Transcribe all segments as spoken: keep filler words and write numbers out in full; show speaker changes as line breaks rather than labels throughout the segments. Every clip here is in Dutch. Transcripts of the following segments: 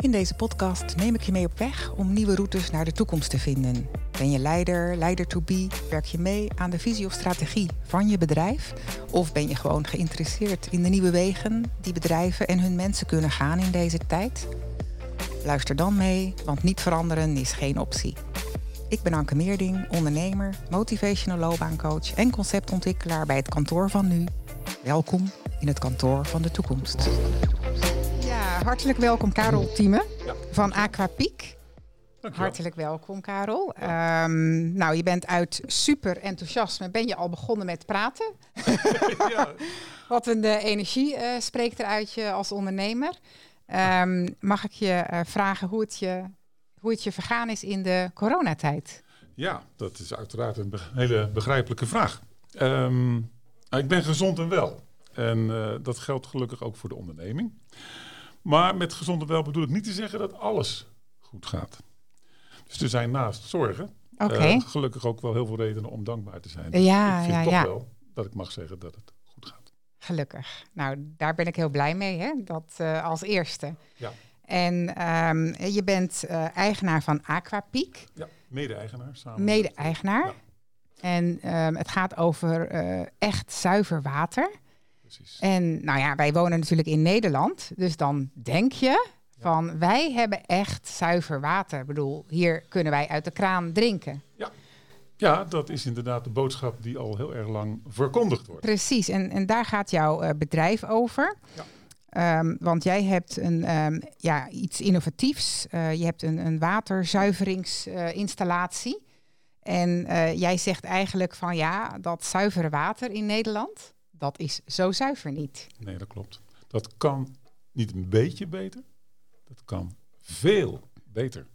in deze podcast neem ik je mee op weg om nieuwe routes naar de toekomst te vinden. Ben je leider, leider to be? Werk je mee aan de visie of strategie van je bedrijf? Of ben je gewoon geïnteresseerd in de nieuwe wegen die bedrijven en hun mensen kunnen gaan in deze tijd? Luister dan mee, want niet veranderen is geen optie. Ik ben Anke Meerding, ondernemer, motivational loopbaancoach en conceptontwikkelaar bij het kantoor van nu. Welkom in het kantoor van de toekomst. Ja, hartelijk welkom Karel Thieme
Ja.
van Aquapiek. Hartelijk welkom Karel. Ja. Um, nou, je bent uit super enthousiasme, ben je al begonnen met praten. Ja. Wat een uh, energie uh, spreekt er uit je als ondernemer. Um, mag ik je uh, vragen hoe het je, hoe het je vergaan is in de coronatijd?
Ja, dat is uiteraard een be- hele begrijpelijke vraag. Um, ik ben gezond en wel. En uh, dat geldt gelukkig ook voor de onderneming. Maar met gezond en wel bedoel ik niet te zeggen dat alles goed gaat. Dus er zijn naast zorgen
okay.
uh, gelukkig ook wel heel veel redenen om dankbaar te zijn.
Ja,
ik vind
ja,
toch
ja.
wel dat ik mag zeggen dat het goed gaat.
Gelukkig. Nou, daar ben ik heel blij mee, hè? Dat uh, als eerste.
Ja.
En um, je bent uh, eigenaar van Aquapiek.
Ja, mede-eigenaar. Samen
mede-eigenaar.
Met,
ja. En um, het gaat over uh, echt zuiver water.
Precies.
En nou ja, wij wonen natuurlijk in Nederland. Dus dan denk je van ja. wij hebben echt zuiver water. Ik bedoel, hier kunnen wij uit de kraan drinken.
Ja. Ja, dat is inderdaad de boodschap die al heel erg lang verkondigd wordt.
Precies, en, en daar gaat jouw uh, bedrijf over. Ja. Um, want jij hebt een, um, ja, iets innovatiefs. Uh, je hebt een, een waterzuiveringsinstallatie. Uh, en uh, jij zegt eigenlijk van ja, dat zuivere water in Nederland, dat is zo zuiver niet.
Nee, dat klopt. Dat kan niet een beetje beter. Dat kan veel beter.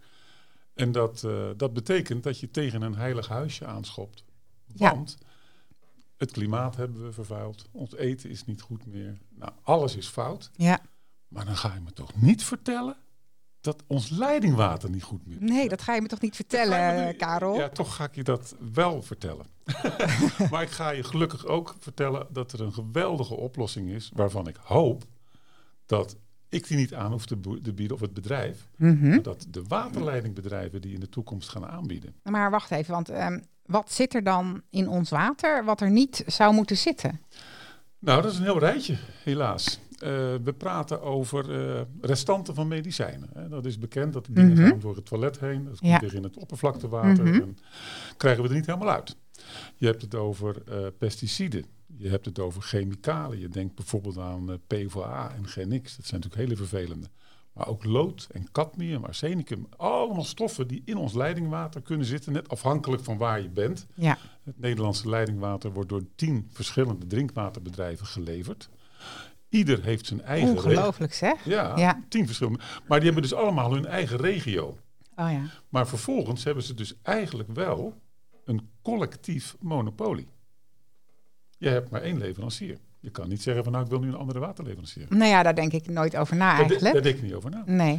En dat, uh, dat betekent dat je tegen een heilig huisje aanschopt. Want ja. het klimaat hebben we vervuild. Ons eten is niet goed meer. Nou, alles is fout.
Ja.
Maar dan ga je me toch niet vertellen dat ons leidingwater niet goed meer is.
Nee, dat ga je me toch niet vertellen,
nu,
Karel?
Ja, toch ga ik je dat wel vertellen. Maar ik ga je gelukkig ook vertellen dat er een geweldige oplossing is, waarvan ik hoop dat ik die niet aan hoef te, bo- te bieden, of het bedrijf, mm-hmm. maar dat de waterleidingbedrijven die in de toekomst gaan aanbieden.
Maar wacht even, want um, wat zit er dan in ons water wat er niet zou moeten zitten?
Nou, dat is een heel rijtje, helaas. Uh, we praten over uh, restanten van medicijnen. Hè. Dat is bekend, dat de dingen mm-hmm. gaan door het toilet heen. Dat komt ja. weer in het oppervlaktewater mm-hmm. en krijgen we er niet helemaal uit. Je hebt het over uh, pesticiden. Je hebt het over chemicaliën. Je denkt bijvoorbeeld aan uh, P V A en G N X. Dat zijn natuurlijk hele vervelende. Maar ook lood en cadmium, arsenicum. Allemaal stoffen die in ons leidingwater kunnen zitten. Net afhankelijk van waar je bent.
Ja.
Het Nederlandse leidingwater wordt door tien verschillende drinkwaterbedrijven geleverd. Ieder heeft zijn eigen...
Ongelooflijk reg- zeg.
Ja, ja, tien verschillende. Maar die hebben dus allemaal hun eigen regio.
Oh ja.
Maar vervolgens hebben ze dus eigenlijk wel een collectief monopolie. Je hebt maar één leverancier. Je kan niet zeggen van nou, ik wil nu een andere waterleverancier.
Nou ja, daar denk ik nooit over na eigenlijk.
Daar, daar denk ik niet over na.
Nee.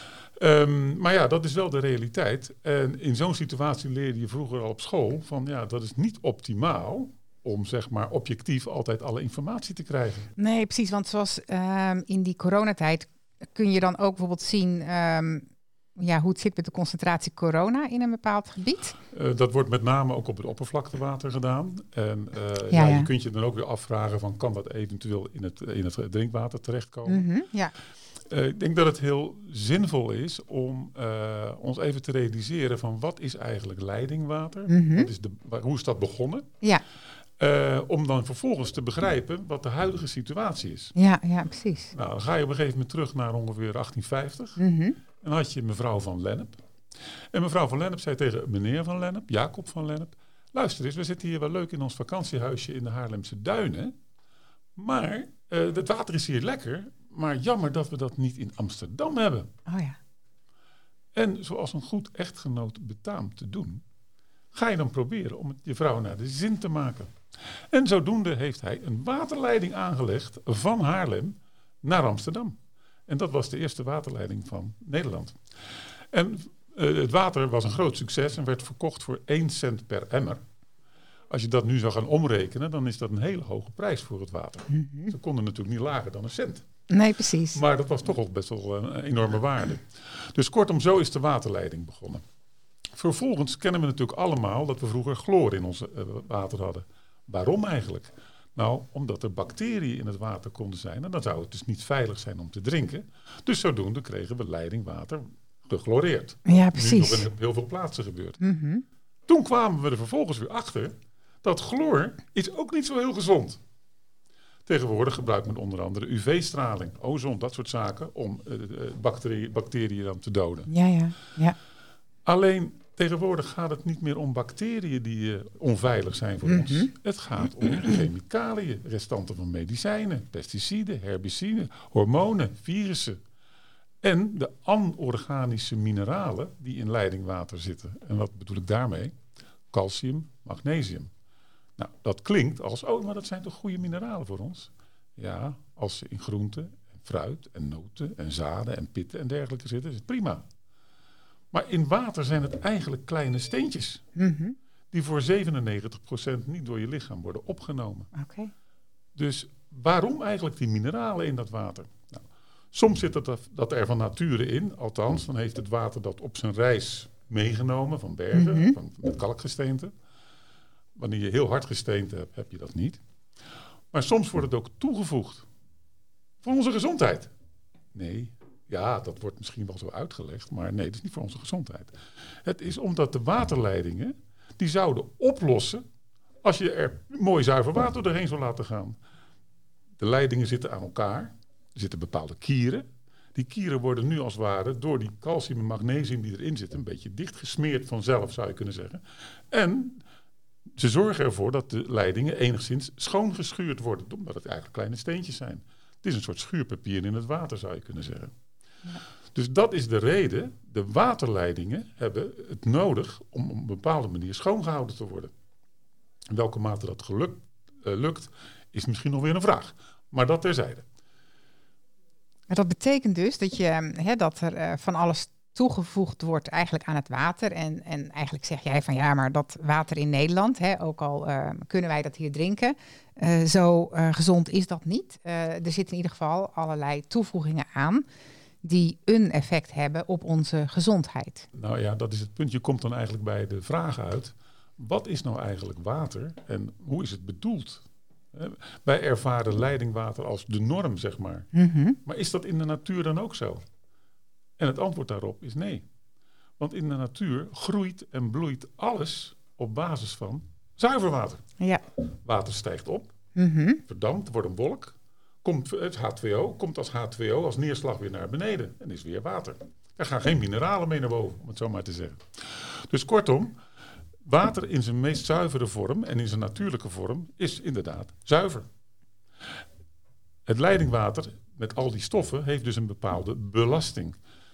Um, maar ja, dat is wel de realiteit. En in zo'n situatie leerde je vroeger al op school van ja, dat is niet optimaal om zeg maar objectief altijd alle informatie te krijgen.
Nee, precies. Want zoals um, in die coronatijd kun je dan ook bijvoorbeeld zien um, ja, hoe het zit met de concentratie corona in een bepaald gebied.
Uh, dat wordt met name ook op het oppervlaktewater gedaan. En uh, ja,
ja,
ja.
ja.
je kunt je dan ook weer afvragen van kan dat eventueel in het, in het drinkwater terechtkomen.
Mm-hmm, ja.
Uh, ik denk dat het heel zinvol is om uh, ons even te realiseren van wat is eigenlijk leidingwater?
Mm-hmm.
Wat is de, hoe is dat begonnen?
Ja.
Uh, om dan vervolgens te begrijpen wat de huidige situatie is.
Ja, ja, precies.
Nou, dan ga je op een gegeven moment terug naar ongeveer achttien vijftig.
Mm-hmm.
En had je mevrouw van Lennep. En mevrouw van Lennep zei tegen meneer van Lennep, Jacob van Lennep, luister eens, we zitten hier wel leuk in ons vakantiehuisje in de Haarlemse Duinen. Maar uh, het water is hier lekker, maar jammer dat we dat niet in Amsterdam hebben.
Oh ja.
En zoals een goed echtgenoot betaamt te doen, ga je dan proberen om het je vrouw naar de zin te maken. En zodoende heeft hij een waterleiding aangelegd van Haarlem naar Amsterdam. En dat was de eerste waterleiding van Nederland. En uh, het water was een groot succes en werd verkocht voor één cent per emmer. Als je dat nu zou gaan omrekenen, dan is dat een hele hoge prijs voor het water. Mm-hmm. Ze konden natuurlijk niet lager dan een cent.
Nee, precies.
Maar dat was toch al best wel een enorme waarde. Dus kortom, zo is de waterleiding begonnen. Vervolgens kennen we natuurlijk allemaal dat we vroeger chloor in ons uh, water hadden. Waarom eigenlijk? Nou, omdat er bacteriën in het water konden zijn. En dan zou het dus niet veilig zijn om te drinken. Dus zodoende kregen we leidingwater gechloreerd.
Ja, precies.
Nu nog in heel veel plaatsen gebeurt.
Mm-hmm.
Toen kwamen we er vervolgens weer achter dat chloor is ook niet zo heel gezond. Tegenwoordig gebruikt men onder andere U V-straling, ozon, dat soort zaken, om uh, bacterie, bacteriën dan te doden.
Ja, ja, ja.
Alleen tegenwoordig gaat het niet meer om bacteriën die uh, onveilig zijn voor
Mm-hmm.
ons. Het gaat om chemicaliën, restanten van medicijnen, pesticiden, herbiciden, hormonen, virussen. En de anorganische mineralen die in leidingwater zitten. En wat bedoel ik daarmee? Calcium, magnesium. Nou, dat klinkt als, oh, maar dat zijn toch goede mineralen voor ons? Ja, als ze in groenten, en fruit en noten en zaden en pitten en dergelijke zitten, is het prima. Maar in water zijn het eigenlijk kleine steentjes.
Mm-hmm.
Die voor zevenennegentig procent niet door je lichaam worden opgenomen.
Okay.
Dus waarom eigenlijk die mineralen in dat water? Nou, soms zit dat, dat er van nature in. Althans, dan heeft het water dat op zijn reis meegenomen van bergen, mm-hmm. van, met kalkgesteente. Wanneer je heel hard gesteente hebt, heb je dat niet. Maar soms wordt het ook toegevoegd. Voor onze gezondheid. Nee, ja, dat wordt misschien wel zo uitgelegd. Maar nee, dat is niet voor onze gezondheid. Het is omdat de waterleidingen, die zouden oplossen als je er mooi zuiver water doorheen zou laten gaan. De leidingen zitten aan elkaar. Er zitten bepaalde kieren. Die kieren worden nu als het ware door die calcium en magnesium die erin zitten een beetje dichtgesmeerd vanzelf, zou je kunnen zeggen. En ze zorgen ervoor dat de leidingen enigszins schoongeschuurd worden, omdat het eigenlijk kleine steentjes zijn. Het is een soort schuurpapier in het water, zou je kunnen zeggen. Ja. Dus dat is de reden. De waterleidingen hebben het nodig om op een bepaalde manier schoongehouden te worden. In welke mate dat gelukt, uh, lukt, is misschien nog weer een vraag. Maar dat terzijde.
Maar dat betekent dus dat, je, hè, dat er uh, van alles toegevoegd wordt eigenlijk aan het water. En, en eigenlijk zeg jij van ja, maar dat water in Nederland, hè, ook al uh, kunnen wij dat hier drinken, uh, zo uh, gezond is dat niet. Uh, er zitten in ieder geval allerlei toevoegingen aan die een effect hebben op onze gezondheid.
Nou ja, dat is het punt. Je komt dan eigenlijk bij de vraag uit, wat is nou eigenlijk water en hoe is het bedoeld? Wij ervaren leidingwater als de norm, zeg maar.
Mm-hmm.
Maar is dat in de natuur dan ook zo? En het antwoord daarop is nee. Want in de natuur groeit en bloeit alles op basis van zuiver water.
Ja.
Water stijgt op,
mm-hmm.
verdampt, wordt een wolk. Komt het H twee O, komt als H twee O als neerslag weer naar beneden. En is weer water. Er gaan geen mineralen mee naar boven, om het zo maar te zeggen. Dus kortom, water in zijn meest zuivere vorm en in zijn natuurlijke vorm is inderdaad zuiver. Het leidingwater met al die stoffen heeft dus een bepaalde belasting.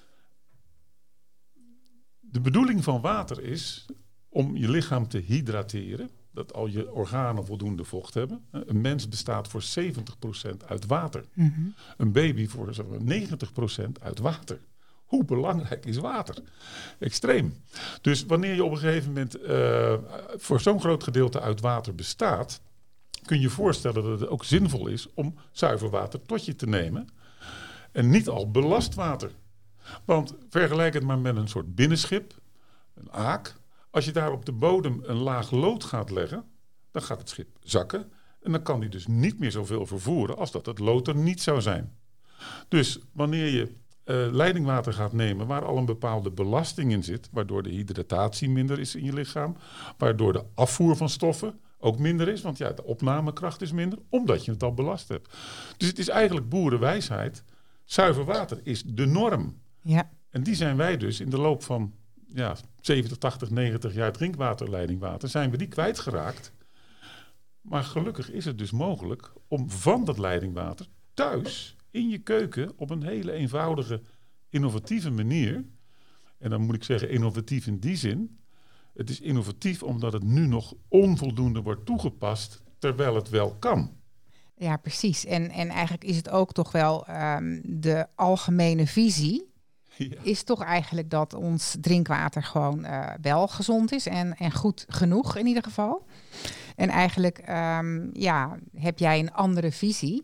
De bedoeling van water is om je lichaam te hydrateren, dat al je organen voldoende vocht hebben. Een mens bestaat voor zeventig procent uit water.
Mm-hmm.
Een baby voor negentig procent uit water. Hoe belangrijk is water? Extreem. Dus wanneer je op een gegeven moment uh, voor zo'n groot gedeelte uit water bestaat, kun je je voorstellen dat het ook zinvol is om zuiver water tot je te nemen. En niet al belast water. Want vergelijk het maar met een soort binnenschip, een aak. Als je daar op de bodem een laag lood gaat leggen, dan gaat het schip zakken. En dan kan die dus niet meer zoveel vervoeren als dat het lood er niet zou zijn. Dus wanneer je uh, leidingwater gaat nemen waar al een bepaalde belasting in zit, waardoor de hydratatie minder is in je lichaam, waardoor de afvoer van stoffen ook minder is, want ja, de opnamekracht is minder, omdat je het al belast hebt. Dus het is eigenlijk boerenwijsheid. Zuiver water is de norm.
Ja.
En die zijn wij dus in de loop van ja, zeventig, tachtig, negentig jaar drinkwaterleidingwater, zijn we die kwijtgeraakt. Maar gelukkig is het dus mogelijk om van dat leidingwater thuis in je keuken op een hele eenvoudige, innovatieve manier, en dan moet ik zeggen innovatief in die zin, het is innovatief omdat het nu nog onvoldoende wordt toegepast, terwijl het wel kan.
Ja, precies. En, en eigenlijk is het ook toch wel um, de algemene visie. Ja. Is toch eigenlijk dat ons drinkwater gewoon uh, wel gezond is en, en goed genoeg in ieder geval. En eigenlijk um, ja, heb jij een andere visie.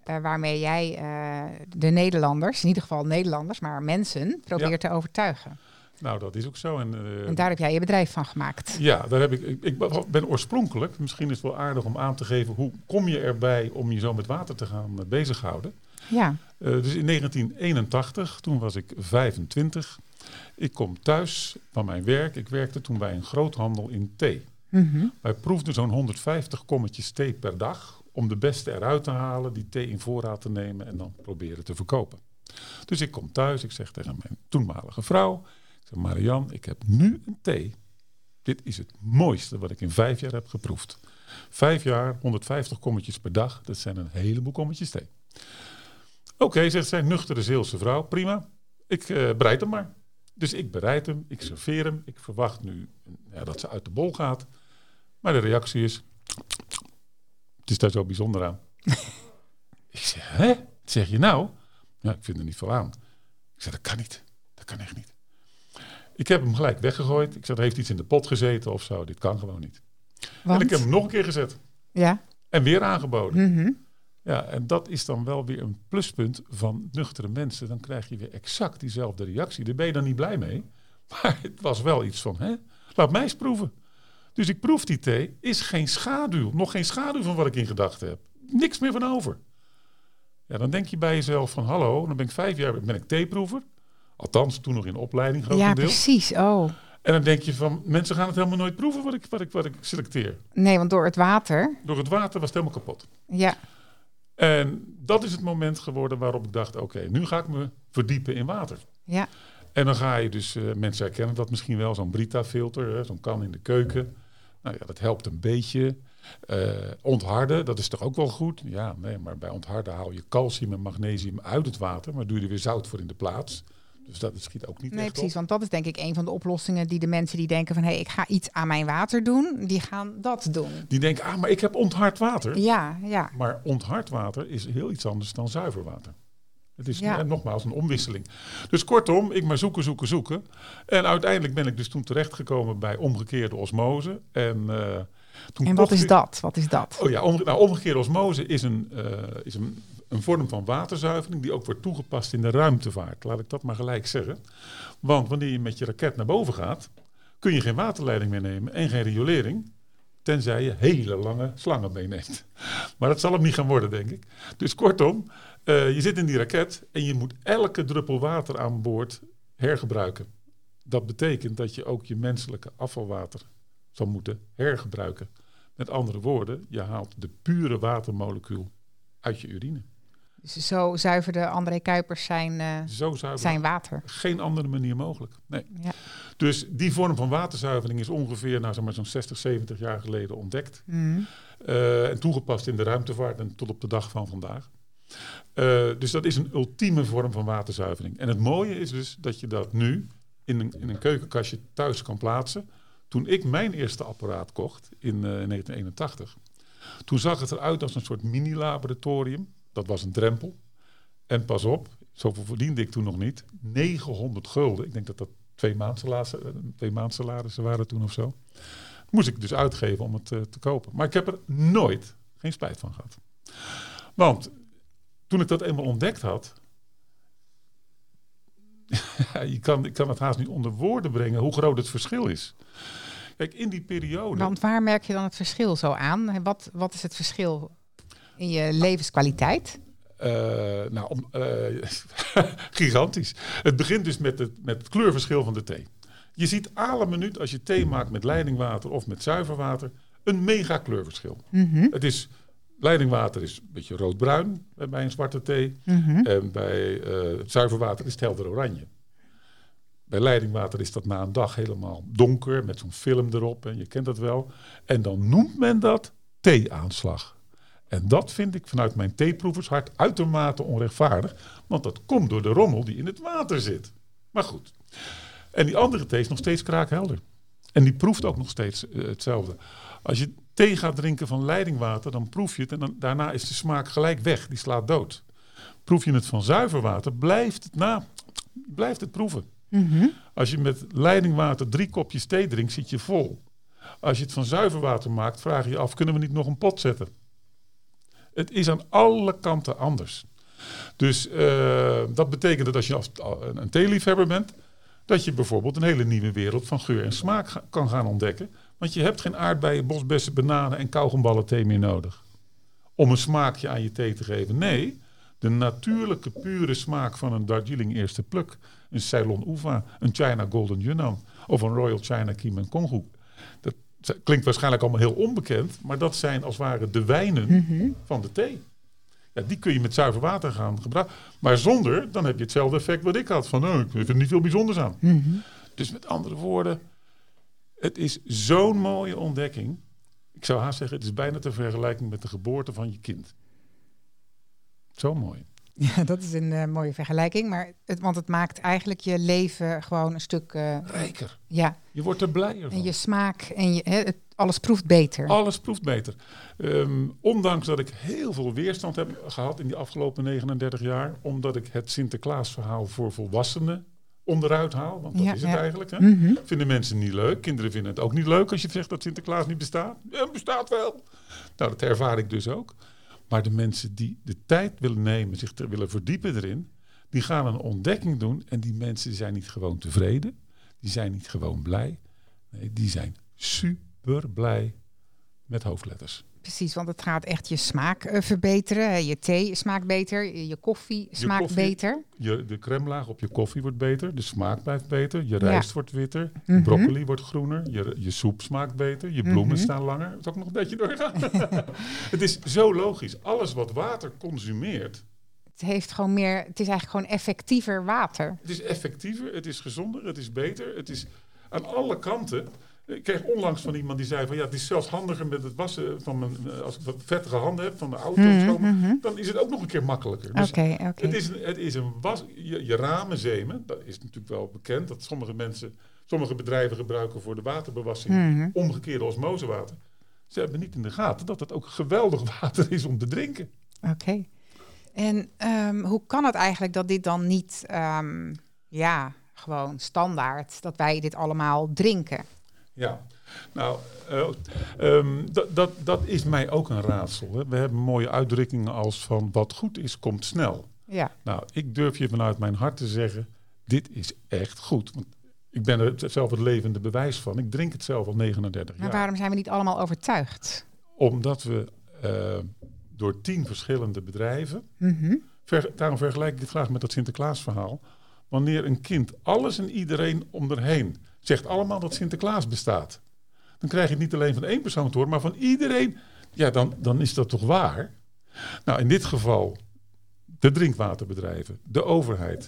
uh, waarmee jij uh, de Nederlanders, in ieder geval Nederlanders, maar mensen, probeert ja. te overtuigen.
Nou, dat is ook zo. En, uh,
en daar heb jij je bedrijf van gemaakt.
Ja, daar heb ik, ik, ik ben oorspronkelijk, misschien is het wel aardig om aan te geven, hoe kom je erbij om je zo met water te gaan uh, bezighouden?
Ja.
Uh, dus in negentien eenentachtig, toen was ik vijfentwintig. Ik kom thuis van mijn werk. Ik werkte toen bij een groothandel in thee.
Mm-hmm.
Wij proefden zo'n honderdvijftig kommetjes thee per dag om de beste eruit te halen, die thee in voorraad te nemen en dan proberen te verkopen. Dus ik kom thuis, ik zeg tegen mijn toenmalige vrouw, ik zeg, Marianne, ik heb nu een thee. Dit is het mooiste wat ik in vijf jaar heb geproefd. Vijf jaar, honderdvijftig kommetjes per dag, dat zijn een heleboel kommetjes thee. Oké, okay, zegt zij, nuchtere Zeelse vrouw, prima, ik uh, bereid hem maar. Dus ik bereid hem, ik serveer hem, ik verwacht nu ja, dat ze uit de bol gaat. Maar de reactie is, het is daar zo bijzonder aan. Ik zeg, hè? Wat zeg je nou? Ja, ik vind er niet veel aan. Ik zeg, dat kan niet. Dat kan echt niet. Ik heb hem gelijk weggegooid. Ik zeg, er heeft iets in de pot gezeten of zo. Dit kan gewoon niet. Want? En ik heb hem nog een keer gezet.
Ja.
En weer aangeboden.
Mm-hmm.
Ja, en dat is dan wel weer een pluspunt van nuchtere mensen. Dan krijg je weer exact diezelfde reactie. Daar ben je dan niet blij mee. Maar het was wel iets van, hè? Laat mij eens proeven. Dus ik proef die thee. Is geen schaduw. Nog geen schaduw van wat ik in gedachten heb. Niks meer van over. Ja, dan denk je bij jezelf van, hallo, dan ben ik vijf jaar ben ik theeproever. Althans, toen nog in opleiding grotendeels.
Ja, precies. Oh.
En dan denk je van, mensen gaan het helemaal nooit proeven wat ik, wat ik, wat ik selecteer.
Nee, want door het water.
Door het water was het helemaal kapot.
Ja.
En dat is het moment geworden waarop ik dacht, oké, okay, nu ga ik me verdiepen in water.
Ja.
En dan ga je dus, uh, mensen herkennen dat misschien wel, zo'n Brita-filter, hè, zo'n kan in de keuken. Nou ja, dat helpt een beetje. Uh, ontharden, dat is toch ook wel goed? Ja, nee, maar bij ontharden haal je calcium en magnesium uit het water, maar doe je er weer zout voor in de plaats. Dus dat schiet ook niet
nee,
echt
precies,
op.
Want dat is denk ik een van de oplossingen die de mensen die denken van, hé, hey, ik ga iets aan mijn water doen, die gaan dat doen.
Die denken, ah, maar ik heb onthard water.
Ja, ja.
Maar onthard water is heel iets anders dan zuiver water. Het is
ja.
eh, nogmaals een omwisseling. Dus kortom, ik maar zoeken, zoeken, zoeken. En uiteindelijk ben ik dus toen terechtgekomen bij omgekeerde osmose. En, uh, toen
en wat is ik... dat? Wat is dat?
Oh ja, om, nou, omgekeerde osmose is, een, uh, is een, een vorm van waterzuivering die ook wordt toegepast in de ruimtevaart. Laat ik dat maar gelijk zeggen. Want wanneer je met je raket naar boven gaat, kun je geen waterleiding meer nemen en geen riolering. Tenzij je hele lange slangen meeneemt. Maar dat zal hem niet gaan worden, denk ik. Dus kortom, uh, je zit in die raket en je moet elke druppel water aan boord hergebruiken. Dat betekent dat je ook je menselijke afvalwater zal moeten hergebruiken. Met andere woorden, je haalt de pure watermolecuul uit je urine.
Dus zo zuiverde André Kuipers zijn, uh,
zo
zijn water.
Geen andere manier mogelijk. Nee.
Ja.
Dus die vorm van waterzuivering is ongeveer nou, zeg maar, zo'n zestig, zeventig jaar geleden ontdekt.
Mm.
Uh, en toegepast in de ruimtevaart en tot op de dag van vandaag. Uh, dus dat is een ultieme vorm van waterzuivering. En het mooie is dus dat je dat nu in een, in een keukenkastje thuis kan plaatsen. Toen ik mijn eerste apparaat kocht in uh, negentien eenentachtig, toen zag het eruit als een soort mini-laboratorium. Dat was een drempel. En pas op, zoveel verdiende ik toen nog niet. negenhonderd gulden. Ik denk dat dat twee maandsalarissen, twee maandsalarissen waren toen of zo. Moest ik dus uitgeven om het uh, te kopen. Maar ik heb er nooit geen spijt van gehad. Want toen ik dat eenmaal ontdekt had, je kan, ik kan het haast niet onder woorden brengen hoe groot het verschil is. Kijk, in die periode...
Want waar merk je dan het verschil zo aan? Wat, wat is het verschil in je levenskwaliteit?
Uh, nou, om, uh, gigantisch. Het begint dus met het, met het kleurverschil van de thee. Je ziet alle minuut als je thee maakt met leidingwater of met zuiverwater een mega kleurverschil.
Mm-hmm.
Het is, leidingwater is een beetje roodbruin bij een zwarte thee.
Mm-hmm.
En bij uh, zuiverwater is het helder oranje. Bij leidingwater is dat na een dag helemaal donker met zo'n film erop. En je kent dat wel. En dan noemt men dat theeaanslag. En dat vind ik vanuit mijn theeproevershart uitermate onrechtvaardig. Want dat komt door de rommel die in het water zit. Maar goed. En die andere thee is nog steeds kraakhelder. En die proeft ook nog steeds uh, hetzelfde. Als je thee gaat drinken van leidingwater, dan proef je het. En dan, daarna is de smaak gelijk weg. Die slaat dood. Proef je het van zuiverwater, blijft het, na, blijft het proeven.
Mm-hmm.
Als je met leidingwater drie kopjes thee drinkt, zit je vol. Als je het van zuiverwater maakt, vraag je je af, kunnen we niet nog een pot zetten? Het is aan alle kanten anders. Dus uh, dat betekent dat als je een theeliefhebber bent, dat je bijvoorbeeld een hele nieuwe wereld van geur en smaak ga, kan gaan ontdekken. Want je hebt geen aardbeien, bosbessen, bananen en kauwgomballen thee meer nodig. Om een smaakje aan je thee te geven. Nee, de natuurlijke pure smaak van een Darjeeling Eerste Pluk, een Ceylon Uva, een China Golden Yunnan of een Royal China Kim Kongu. Dat klinkt waarschijnlijk allemaal heel onbekend, maar dat zijn als het ware de wijnen mm-hmm. van de thee. Ja, die kun je met zuiver water gaan gebruiken. Maar zonder, dan heb je hetzelfde effect wat ik had. Van, oh, ik vind er niet veel bijzonders aan. Mm-hmm. Dus met andere woorden, het is zo'n mooie ontdekking. Ik zou haast zeggen, het is bijna te vergelijken met de geboorte van je kind. Zo mooi.
Ja, dat is een uh, mooie vergelijking. Maar het, want het maakt eigenlijk je leven gewoon een stuk... Uh,
rijker.
Ja.
Je wordt er blijer van.
En je smaak en je, he, het, alles proeft beter.
Alles proeft beter. Um, ondanks dat ik heel veel weerstand heb gehad in die afgelopen negenendertig jaar. Omdat ik het Sinterklaasverhaal voor volwassenen onderuit haal. Want dat ja, is het ja. eigenlijk. Hè? Mm-hmm. Vinden mensen niet leuk. Kinderen vinden het ook niet leuk als je zegt dat Sinterklaas niet bestaat. Ja, het bestaat wel. Nou, dat ervaar ik dus ook. Maar de mensen die de tijd willen nemen, zich te willen verdiepen erin, die gaan een ontdekking doen. En die mensen zijn niet gewoon tevreden. Die zijn niet gewoon blij. Nee, die zijn super blij met hoofdletters.
Precies, want het gaat echt je smaak uh, verbeteren. Je thee smaakt beter, je koffie smaakt je koffie, beter.
Je, de crème op je koffie wordt beter, de smaak blijft beter, je rijst ja. wordt witter,
mm-hmm.
je broccoli wordt groener, je, je soep smaakt beter, je bloemen mm-hmm. staan langer. Het is ook nog een beetje doorgaan. Het is zo logisch. Alles wat water consumeert.
Het heeft gewoon meer, het is eigenlijk gewoon effectiever water.
Het is effectiever, het is gezonder, het is beter, het is aan alle kanten. Ik kreeg onlangs van iemand die zei van ja, het is zelfs handiger met het wassen van mijn, als ik wat vettige handen heb van de auto mm-hmm. of zo, mm-hmm. dan is het ook nog een keer makkelijker. Dus
okay, okay.
Het is een, het is een was, je, je ramen zeemen, dat is natuurlijk wel bekend, dat sommige mensen, sommige bedrijven gebruiken voor de waterbewassing mm-hmm. omgekeerde osmosewater. Ze hebben niet in de gaten dat het ook geweldig water is om te drinken.
Oké. Okay. En um, hoe kan het eigenlijk dat dit dan niet, um, ja, gewoon standaard, dat wij dit allemaal drinken?
Ja, nou, uh, um, dat, dat, dat is mij ook een raadsel. Hè. We hebben mooie uitdrukkingen als van wat goed is, komt snel.
Ja.
Nou, ik durf je vanuit mijn hart te zeggen, dit is echt goed. Want ik ben er zelf het levende bewijs van. Ik drink het zelf al negenendertig jaar.
Maar waarom zijn we niet allemaal overtuigd?
Omdat we uh, door tien verschillende bedrijven,
mm-hmm.
ver, daarom vergelijk ik het graag met dat Sinterklaasverhaal. Wanneer een kind alles en iedereen om erheen zegt allemaal dat Sinterklaas bestaat, dan krijg je het niet alleen van één persoon te horen, maar van iedereen. Ja, dan, dan is dat toch waar? Nou, in dit geval de drinkwaterbedrijven, de overheid.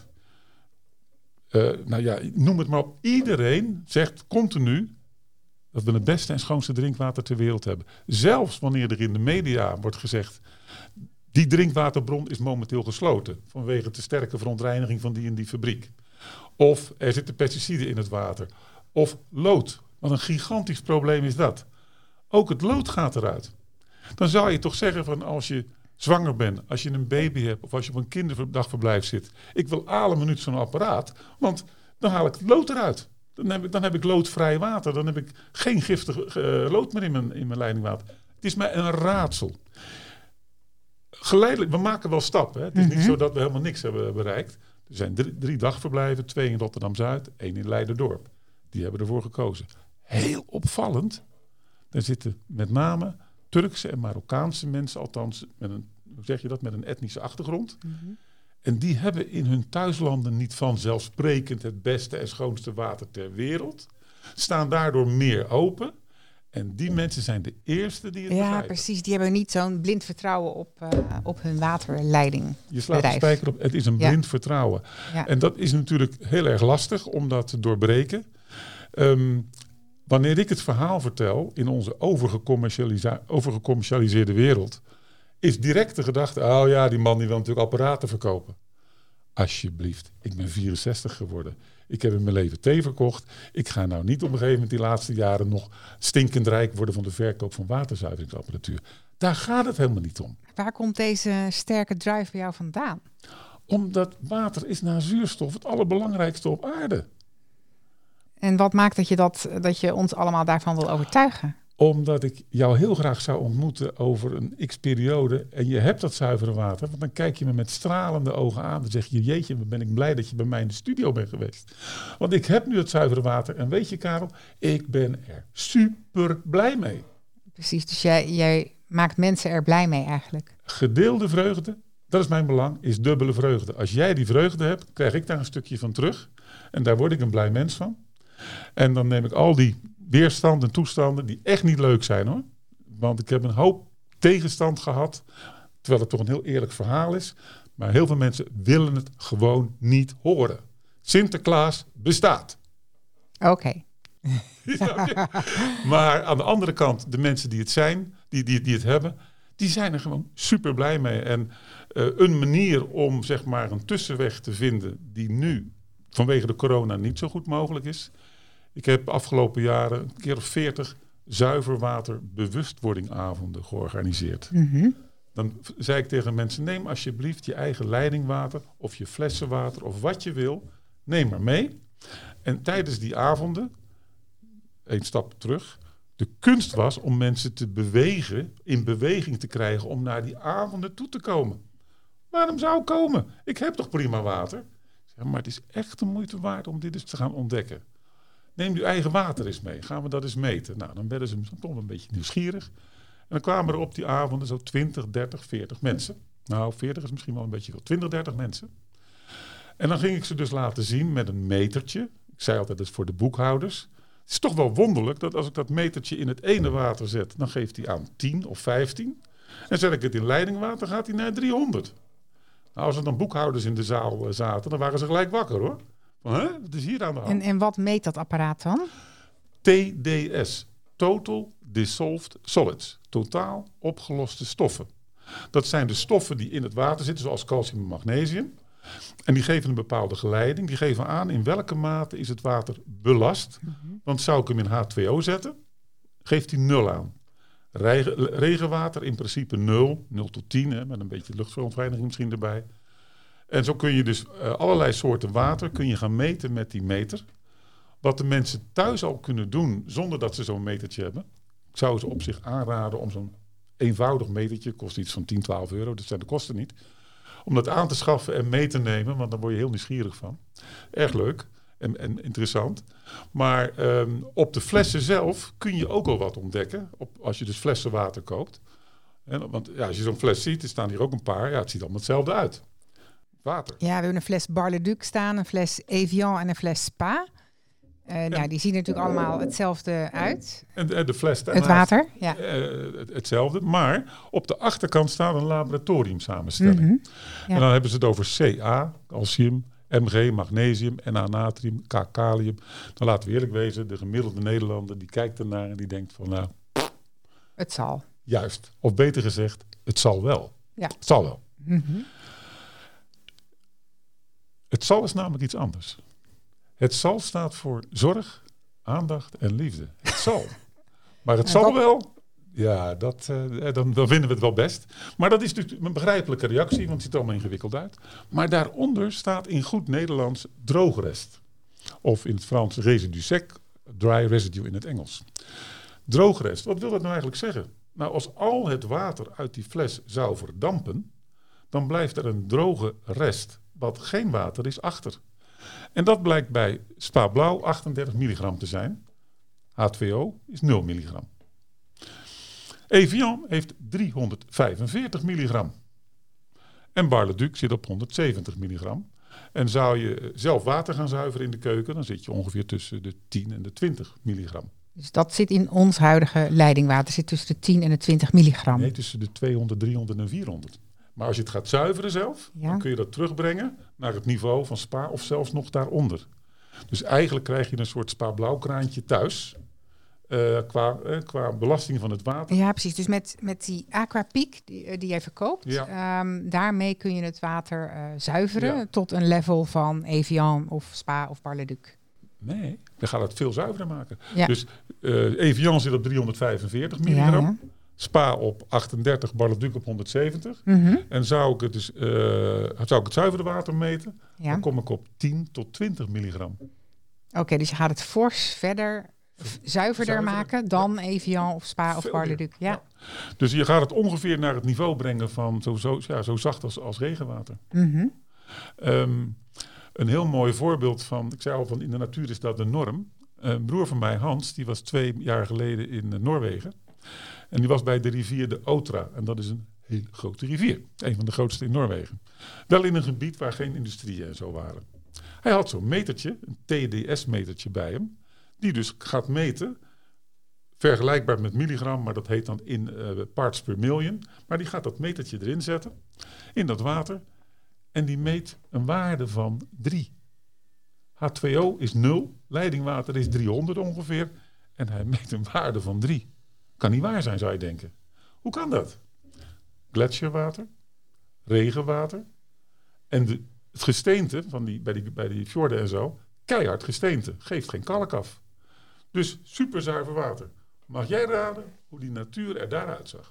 Uh, nou ja, noem het maar op. Iedereen zegt continu dat we het beste en schoonste drinkwater ter wereld hebben. Zelfs wanneer er in de media wordt gezegd, die drinkwaterbron is momenteel gesloten vanwege de sterke verontreiniging van die en die fabriek. Of er zitten pesticiden in het water. Of lood. Wat een gigantisch probleem is dat. Ook het lood gaat eruit. Dan zou je toch zeggen van als je zwanger bent, als je een baby hebt of als je op een kinderdagverblijf zit. Ik wil alle minuut zo'n apparaat, want dan haal ik het lood eruit. Dan heb ik, dan heb ik loodvrij water. Dan heb ik geen giftig uh, lood meer in mijn, in mijn leidingwater. Het is mij een raadsel. Geleidelijk, we maken wel stappen. Hè. Het is mm-hmm. niet zo dat we helemaal niks hebben bereikt. Er zijn drie, drie dagverblijven, twee in Rotterdam-Zuid, één in Leiderdorp. Die hebben ervoor gekozen. Heel opvallend. Daar zitten met name Turkse en Marokkaanse mensen, althans met een, hoe zeg je dat, met een etnische achtergrond.
Mm-hmm.
En die hebben in hun thuislanden niet vanzelfsprekend het beste en schoonste water ter wereld. Staan daardoor meer open. En die mensen zijn de eerste die het
ja,
begrijpen.
Precies. Die hebben niet zo'n blind vertrouwen op, uh, op hun waterleiding.
Je slaat de spijker op. Het is een blind ja. vertrouwen.
Ja.
En dat is natuurlijk heel erg lastig om dat te doorbreken. Um, wanneer ik het verhaal vertel in onze overgecommercialisa- overgecommercialiseerde wereld, is direct de gedachte, oh ja, die man die wil natuurlijk apparaten verkopen. Alsjeblieft, ik ben vierenzestig geworden. Ik heb in mijn leven thee verkocht. Ik ga nou niet op een gegeven moment die laatste jaren nog stinkend rijk worden van de verkoop van waterzuiveringsapparatuur. Daar gaat het helemaal niet om.
Waar komt deze sterke drive bij jou vandaan?
Omdat water is na zuurstof het allerbelangrijkste op aarde.
En wat maakt dat je, dat, dat je ons allemaal daarvan wil overtuigen?
Omdat ik jou heel graag zou ontmoeten over een x-periode. En je hebt dat zuivere water. Want dan kijk je me met stralende ogen aan. Dan zeg je, jeetje, ben ik blij dat je bij mij in de studio bent geweest. Want ik heb nu het zuivere water. En weet je, Karel, ik ben er super blij mee.
Precies, dus jij, jij maakt mensen er blij mee eigenlijk.
Gedeelde vreugde, dat is mijn belang, is dubbele vreugde. Als jij die vreugde hebt, krijg ik daar een stukje van terug. En daar word ik een blij mens van. En dan neem ik al die weerstanden en toestanden die echt niet leuk zijn, hoor. Want ik heb een hoop tegenstand gehad, terwijl het toch een heel eerlijk verhaal is. Maar heel veel mensen willen het gewoon niet horen. Sinterklaas bestaat.
Oké. Okay.
Ja, maar aan de andere kant, de mensen die het zijn, die, die, die het hebben, die zijn er gewoon super blij mee. En uh, een manier om zeg maar een tussenweg te vinden die nu vanwege de corona niet zo goed mogelijk is. Ik heb afgelopen jaren een keer of veertig zuiverwater bewustwordingavonden georganiseerd. Mm-hmm. Dan zei ik tegen mensen, neem alsjeblieft je eigen leidingwater of je flessenwater of wat je wil, neem maar mee. En tijdens die avonden, één stap terug, de kunst was om mensen te bewegen, in beweging te krijgen om naar die avonden toe te komen. Waarom zou ik komen? Ik heb toch prima water? Zeg, maar het is echt de moeite waard om dit eens te gaan ontdekken. Neem uw eigen water eens mee. Gaan we dat eens meten? Nou, dan werden ze toch een beetje nieuwsgierig. En dan kwamen er op die avonden zo twintig, dertig, veertig mensen. Nou, veertig is misschien wel een beetje veel. twintig, dertig mensen. En dan ging ik ze dus laten zien met een metertje. Ik zei altijd, dat is voor de boekhouders. Het is toch wel wonderlijk dat als ik dat metertje in het ene water zet, dan geeft hij aan tien of vijftien. En zet ik het in leidingwater, gaat hij naar driehonderd. Nou, als er dan boekhouders in de zaal zaten, dan waren ze gelijk wakker, hoor. Van, hè? Wat is hier aan de hand?
En, en wat meet dat apparaat dan?
T D S. Total Dissolved Solids. Totaal opgeloste stoffen. Dat zijn de stoffen die in het water zitten, zoals calcium en magnesium. En die geven een bepaalde geleiding. Die geven aan in welke mate is het water belast. Mm-hmm. Want zou ik hem in H twee O zetten, geeft hij nul aan. Regen, regenwater in principe nul. nul tot tien, hè, met een beetje luchtverontreiniging misschien erbij. En zo kun je dus uh, allerlei soorten water kun je gaan meten met die meter. Wat de mensen thuis al kunnen doen zonder dat ze zo'n metertje hebben. Ik zou ze op zich aanraden om zo'n eenvoudig metertje, kost iets van tien, twaalf euro, dat zijn de kosten niet. Om dat aan te schaffen en mee te nemen, want daar word je heel nieuwsgierig van. Erg leuk en, en interessant. Maar um, op de flessen zelf kun je ook al wat ontdekken, op, als je dus flessen water koopt. En, want ja, als je zo'n fles ziet, er staan hier ook een paar, ja, het ziet allemaal hetzelfde uit. Water.
Ja, we hebben een fles Bar-le-Duc staan, een fles Evian en een fles Spa. Uh, en, nou, die zien er natuurlijk allemaal hetzelfde uit.
En de, de fles
daarnaast, het water, ja.
Uh, het, hetzelfde. Maar op de achterkant staat een laboratoriumsamenstelling. Mm-hmm. Ja. En dan hebben ze het over C A, calcium, M G, magnesium, N A, natrium, K, kalium. Dan laten we eerlijk wezen, de gemiddelde Nederlander die kijkt ernaar en die denkt van nou...
Het zal.
Juist. Of beter gezegd, het zal wel.
Ja.
Het zal wel.
Mm-hmm.
Het zal is namelijk iets anders. Het zal staat voor zorg, aandacht en liefde. Het zal. Maar het zal dat... wel. Ja, dat, uh, dan, dan vinden we het wel best. Maar dat is natuurlijk een begrijpelijke reactie, want het ziet er allemaal ingewikkeld uit. Maar daaronder staat in goed Nederlands droogrest. Of in het Frans résidu sec, dry residue in het Engels. Droogrest, wat wil dat nou eigenlijk zeggen? Nou, als al het water uit die fles zou verdampen, dan blijft er een droge rest, wat geen water is, achter. En dat blijkt bij Spa Blauw achtendertig milligram te zijn. H twee O is nul milligram. Evian heeft driehonderdvijfenveertig milligram. En Bar-le-Duc zit op honderdzeventig milligram. En zou je zelf water gaan zuiveren in de keuken, dan zit je ongeveer tussen de tien en de twintig milligram.
Dus dat zit in ons huidige leidingwater, zit tussen de tien en de twintig milligram.
Nee, tussen de tweehonderd, driehonderd en vierhonderd. Maar als je het gaat zuiveren zelf, ja. dan kun je dat terugbrengen naar het niveau van Spa of zelfs nog daaronder. Dus eigenlijk krijg je een soort Spa Blauw kraantje thuis uh, qua, uh, qua belasting van het water.
Ja, precies. Dus met, met die Aquapiek die, die jij verkoopt, ja. um, daarmee kun je het water uh, zuiveren ja. tot een level van Evian of Spa of Bar-le-Duc.
Nee, dan gaat het veel zuiverder maken. Ja. Dus uh, Evian zit op driehonderdvijfenveertig milligram. Ja, ja. Spa op achtendertig, Bar-le-Duc op honderdzeventig. Mm-hmm. En zou ik het dus uh, zou ik het zuivere water meten, ja. dan kom ik op tien tot twintig milligram.
Oké, okay, dus je gaat het fors verder zuiverder Zuiver, maken dan ja. Evian of Spa of Bar-le-Duc. Ja. ja.
Dus je gaat het ongeveer naar het niveau brengen van zo, zo, ja, zo zacht als, als regenwater.
Mm-hmm.
Um, een heel mooi voorbeeld van, ik zei al van in de natuur is dat de norm. Een broer van mij, Hans, die was twee jaar geleden in uh, Noorwegen. En die was bij de rivier de Otra. En dat is een hele grote rivier. Een van de grootste in Noorwegen. Wel in een gebied waar geen industrieën en zo waren. Hij had zo'n metertje, een T D S-metertje bij hem. Die dus gaat meten, vergelijkbaar met milligram, maar dat heet dan in uh, parts per million. Maar die gaat dat metertje erin zetten, in dat water. En die meet een waarde van drie. H twee O is nul, leidingwater is driehonderd ongeveer. En hij meet een waarde van drie. Kan niet waar zijn, zou je denken. Hoe kan dat? Gletsjerwater, regenwater en de, het gesteente van die, bij, die, bij die fjorden en zo, keihard gesteente, geeft geen kalk af. Dus super zuiver water. Mag jij raden hoe die natuur er daaruit zag?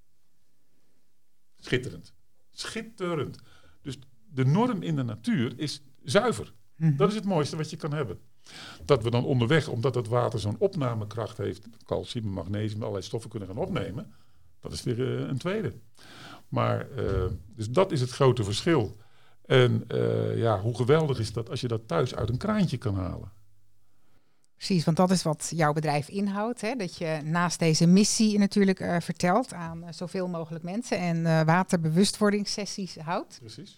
Schitterend. Schitterend. Dus de norm in de natuur is zuiver. Mm-hmm. Dat is het mooiste wat je kan hebben. Dat we dan onderweg, omdat het water zo'n opnamekracht heeft, calcium, magnesium, allerlei stoffen kunnen gaan opnemen, dat is weer uh, een tweede. Maar, uh, dus dat is het grote verschil. En uh, ja, hoe geweldig is dat als je dat thuis uit een kraantje kan halen.
Precies, want dat is wat jouw bedrijf inhoudt. Hè? Dat je naast deze missie natuurlijk uh, vertelt aan uh, zoveel mogelijk mensen en uh, waterbewustwordingssessies houdt.
Precies.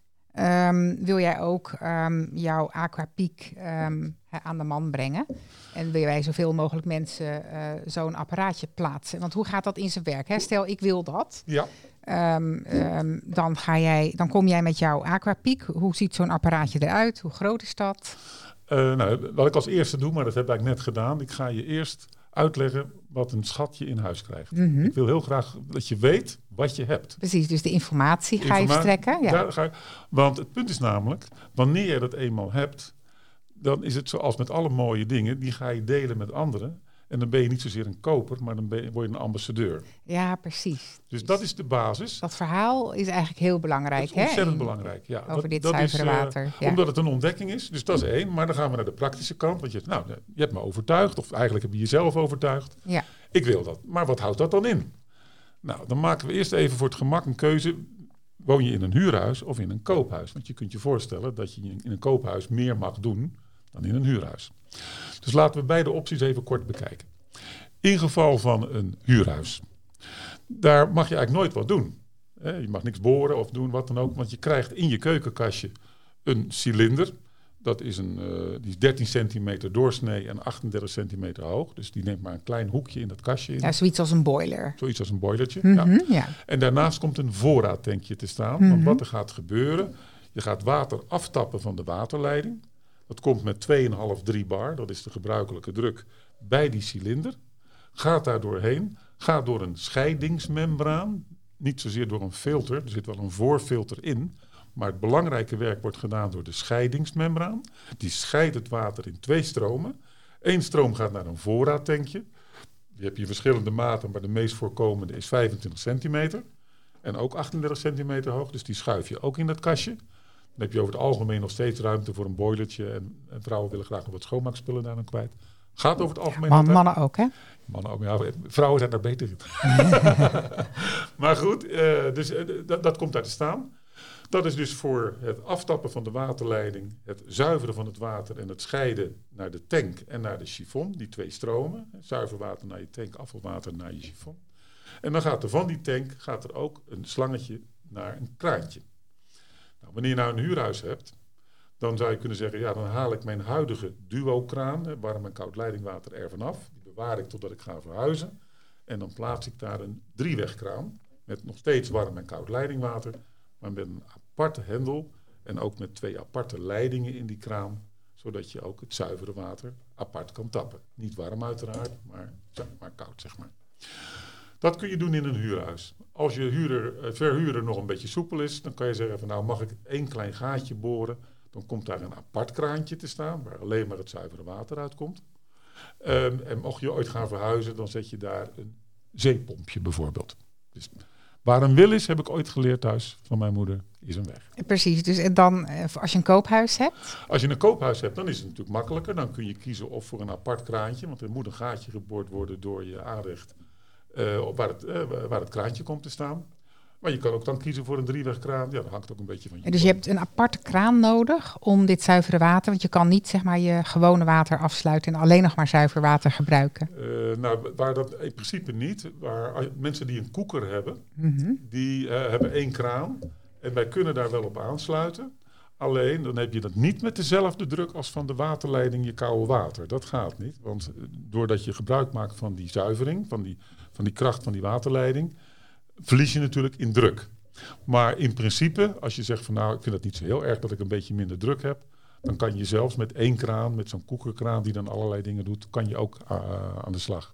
Um, wil jij ook um, jouw Aquapiek um, aan de man brengen? En wil jij zoveel mogelijk mensen uh, zo'n apparaatje plaatsen? Want hoe gaat dat in zijn werk? Hè? Stel, ik wil dat.
Ja.
Um, um, dan, ga jij, dan kom jij met jouw Aquapiek. Hoe ziet zo'n apparaatje eruit? Hoe groot is dat?
Uh, nou, wat ik als eerste doe, maar dat heb ik net gedaan. Ik ga je eerst uitleggen wat een schatje in huis krijgt. Mm-hmm. Ik wil heel graag dat je weet wat je hebt.
Precies, dus de informatie ga Informa- je verstrekken. Ja.
Daar ga je, want het punt is namelijk, wanneer je dat eenmaal hebt, dan is het zoals met alle mooie dingen, die ga je delen met anderen. En dan ben je niet zozeer een koper, maar dan ben je, word je een ambassadeur.
Ja, precies.
Dus dat is de basis.
Dat verhaal is eigenlijk heel belangrijk.
Dat is ontzettend
hè?
belangrijk, ja.
Over
dat,
dit
dat
zuivere
is, uh,
water. Ja.
Omdat het een ontdekking is, dus dat is één. Maar dan gaan we naar de praktische kant. Want je, nou, je hebt me overtuigd, of eigenlijk heb je jezelf overtuigd.
Ja.
Ik wil dat. Maar wat houdt dat dan in? Nou, dan maken we eerst even voor het gemak een keuze. Woon je in een huurhuis of in een koophuis? Want je kunt je voorstellen dat je in een koophuis meer mag doen dan in een huurhuis. Dus laten we beide opties even kort bekijken. In geval van een huurhuis. Daar mag je eigenlijk nooit wat doen. Je mag niks boren of doen, wat dan ook. Want je krijgt in je keukenkastje een cilinder. Dat is een, uh, die is dertien centimeter doorsnee en achtendertig centimeter hoog. Dus die neemt maar een klein hoekje in dat kastje in.
Ja, zoiets als een boiler.
Zoiets als een boilertje,
mm-hmm,
ja.
ja.
En daarnaast komt een voorraadtankje te staan. Mm-hmm. Want wat er gaat gebeuren, je gaat water aftappen van de waterleiding. Dat komt met twee komma vijf, drie bar, dat is de gebruikelijke druk, bij die cilinder. Gaat daar doorheen, gaat door een scheidingsmembraan. Niet zozeer door een filter, er zit wel een voorfilter in. Maar het belangrijke werk wordt gedaan door de scheidingsmembraan. Die scheidt het water in twee stromen. Eén stroom gaat naar een voorraadtankje. Die heb je verschillende maten, maar de meest voorkomende is vijfentwintig centimeter. En ook achtendertig centimeter hoog, dus die schuif je ook in dat kastje. Dan heb je over het algemeen nog steeds ruimte voor een boilertje. En, en vrouwen willen graag nog wat schoonmaakspullen daar dan kwijt. Gaat over het algemeen...
Man, mannen ook, hè?
Mannen ook, ja. Vrouwen zijn daar beter in. Maar goed, uh, dus, uh, dat, dat komt daar te staan. Dat is dus voor het aftappen van de waterleiding, het zuiveren van het water en het scheiden naar de tank en naar de chiffon. Die twee stromen. Zuiver water naar je tank, afvalwater naar je chiffon. En dan gaat er van die tank gaat er ook een slangetje naar een kraantje. Nou, wanneer je nou een huurhuis hebt, dan zou je kunnen zeggen, ja, dan haal ik mijn huidige duo-kraan, warm en koud leidingwater, er vanaf. Die bewaar ik totdat ik ga verhuizen. En dan plaats ik daar een driewegkraan met nog steeds warm en koud leidingwater, maar met een aparte hendel en ook met twee aparte leidingen in die kraan, zodat je ook het zuivere water apart kan tappen. Niet warm uiteraard, maar, maar koud, zeg maar. Dat kun je doen in een huurhuis. Als je huurder, verhuurder nog een beetje soepel is, dan kan je zeggen van nou mag ik één klein gaatje boren. Dan komt daar een apart kraantje te staan, waar alleen maar het zuivere water uitkomt. Um, en mocht je ooit gaan verhuizen, dan zet je daar een zeepompje bijvoorbeeld. Dus Waar een wil is, heb ik ooit geleerd thuis van mijn moeder, is een weg.
Precies, dus en dan als je een koophuis hebt?
Als je een koophuis hebt, dan is het natuurlijk makkelijker. Dan kun je kiezen of voor een apart kraantje, want er moet een gaatje geboord worden door je aanrecht uh, waar, het, uh, waar het kraantje komt te staan. Maar je kan ook dan kiezen voor een driewegkraan. Ja, dat hangt ook een beetje van je.
En dus je hebt een aparte kraan nodig om dit zuivere water, want je kan niet zeg maar je gewone water afsluiten en alleen nog maar zuiver water gebruiken.
Uh, nou, waar dat in principe niet. Waar mensen die een koeker hebben,
Mm-hmm.
die uh, hebben één kraan en wij kunnen daar wel op aansluiten. Alleen dan heb je dat niet met dezelfde druk als van de waterleiding je koude water. Dat gaat niet, want doordat je gebruik maakt van die zuivering, van die, van die kracht van die waterleiding, verlies je natuurlijk in druk. Maar in principe, als je zegt van nou, ik vind het niet zo heel erg dat ik een beetje minder druk heb, dan kan je zelfs met één kraan, met zo'n koekerkraan die dan allerlei dingen doet, kan je ook uh, aan de slag.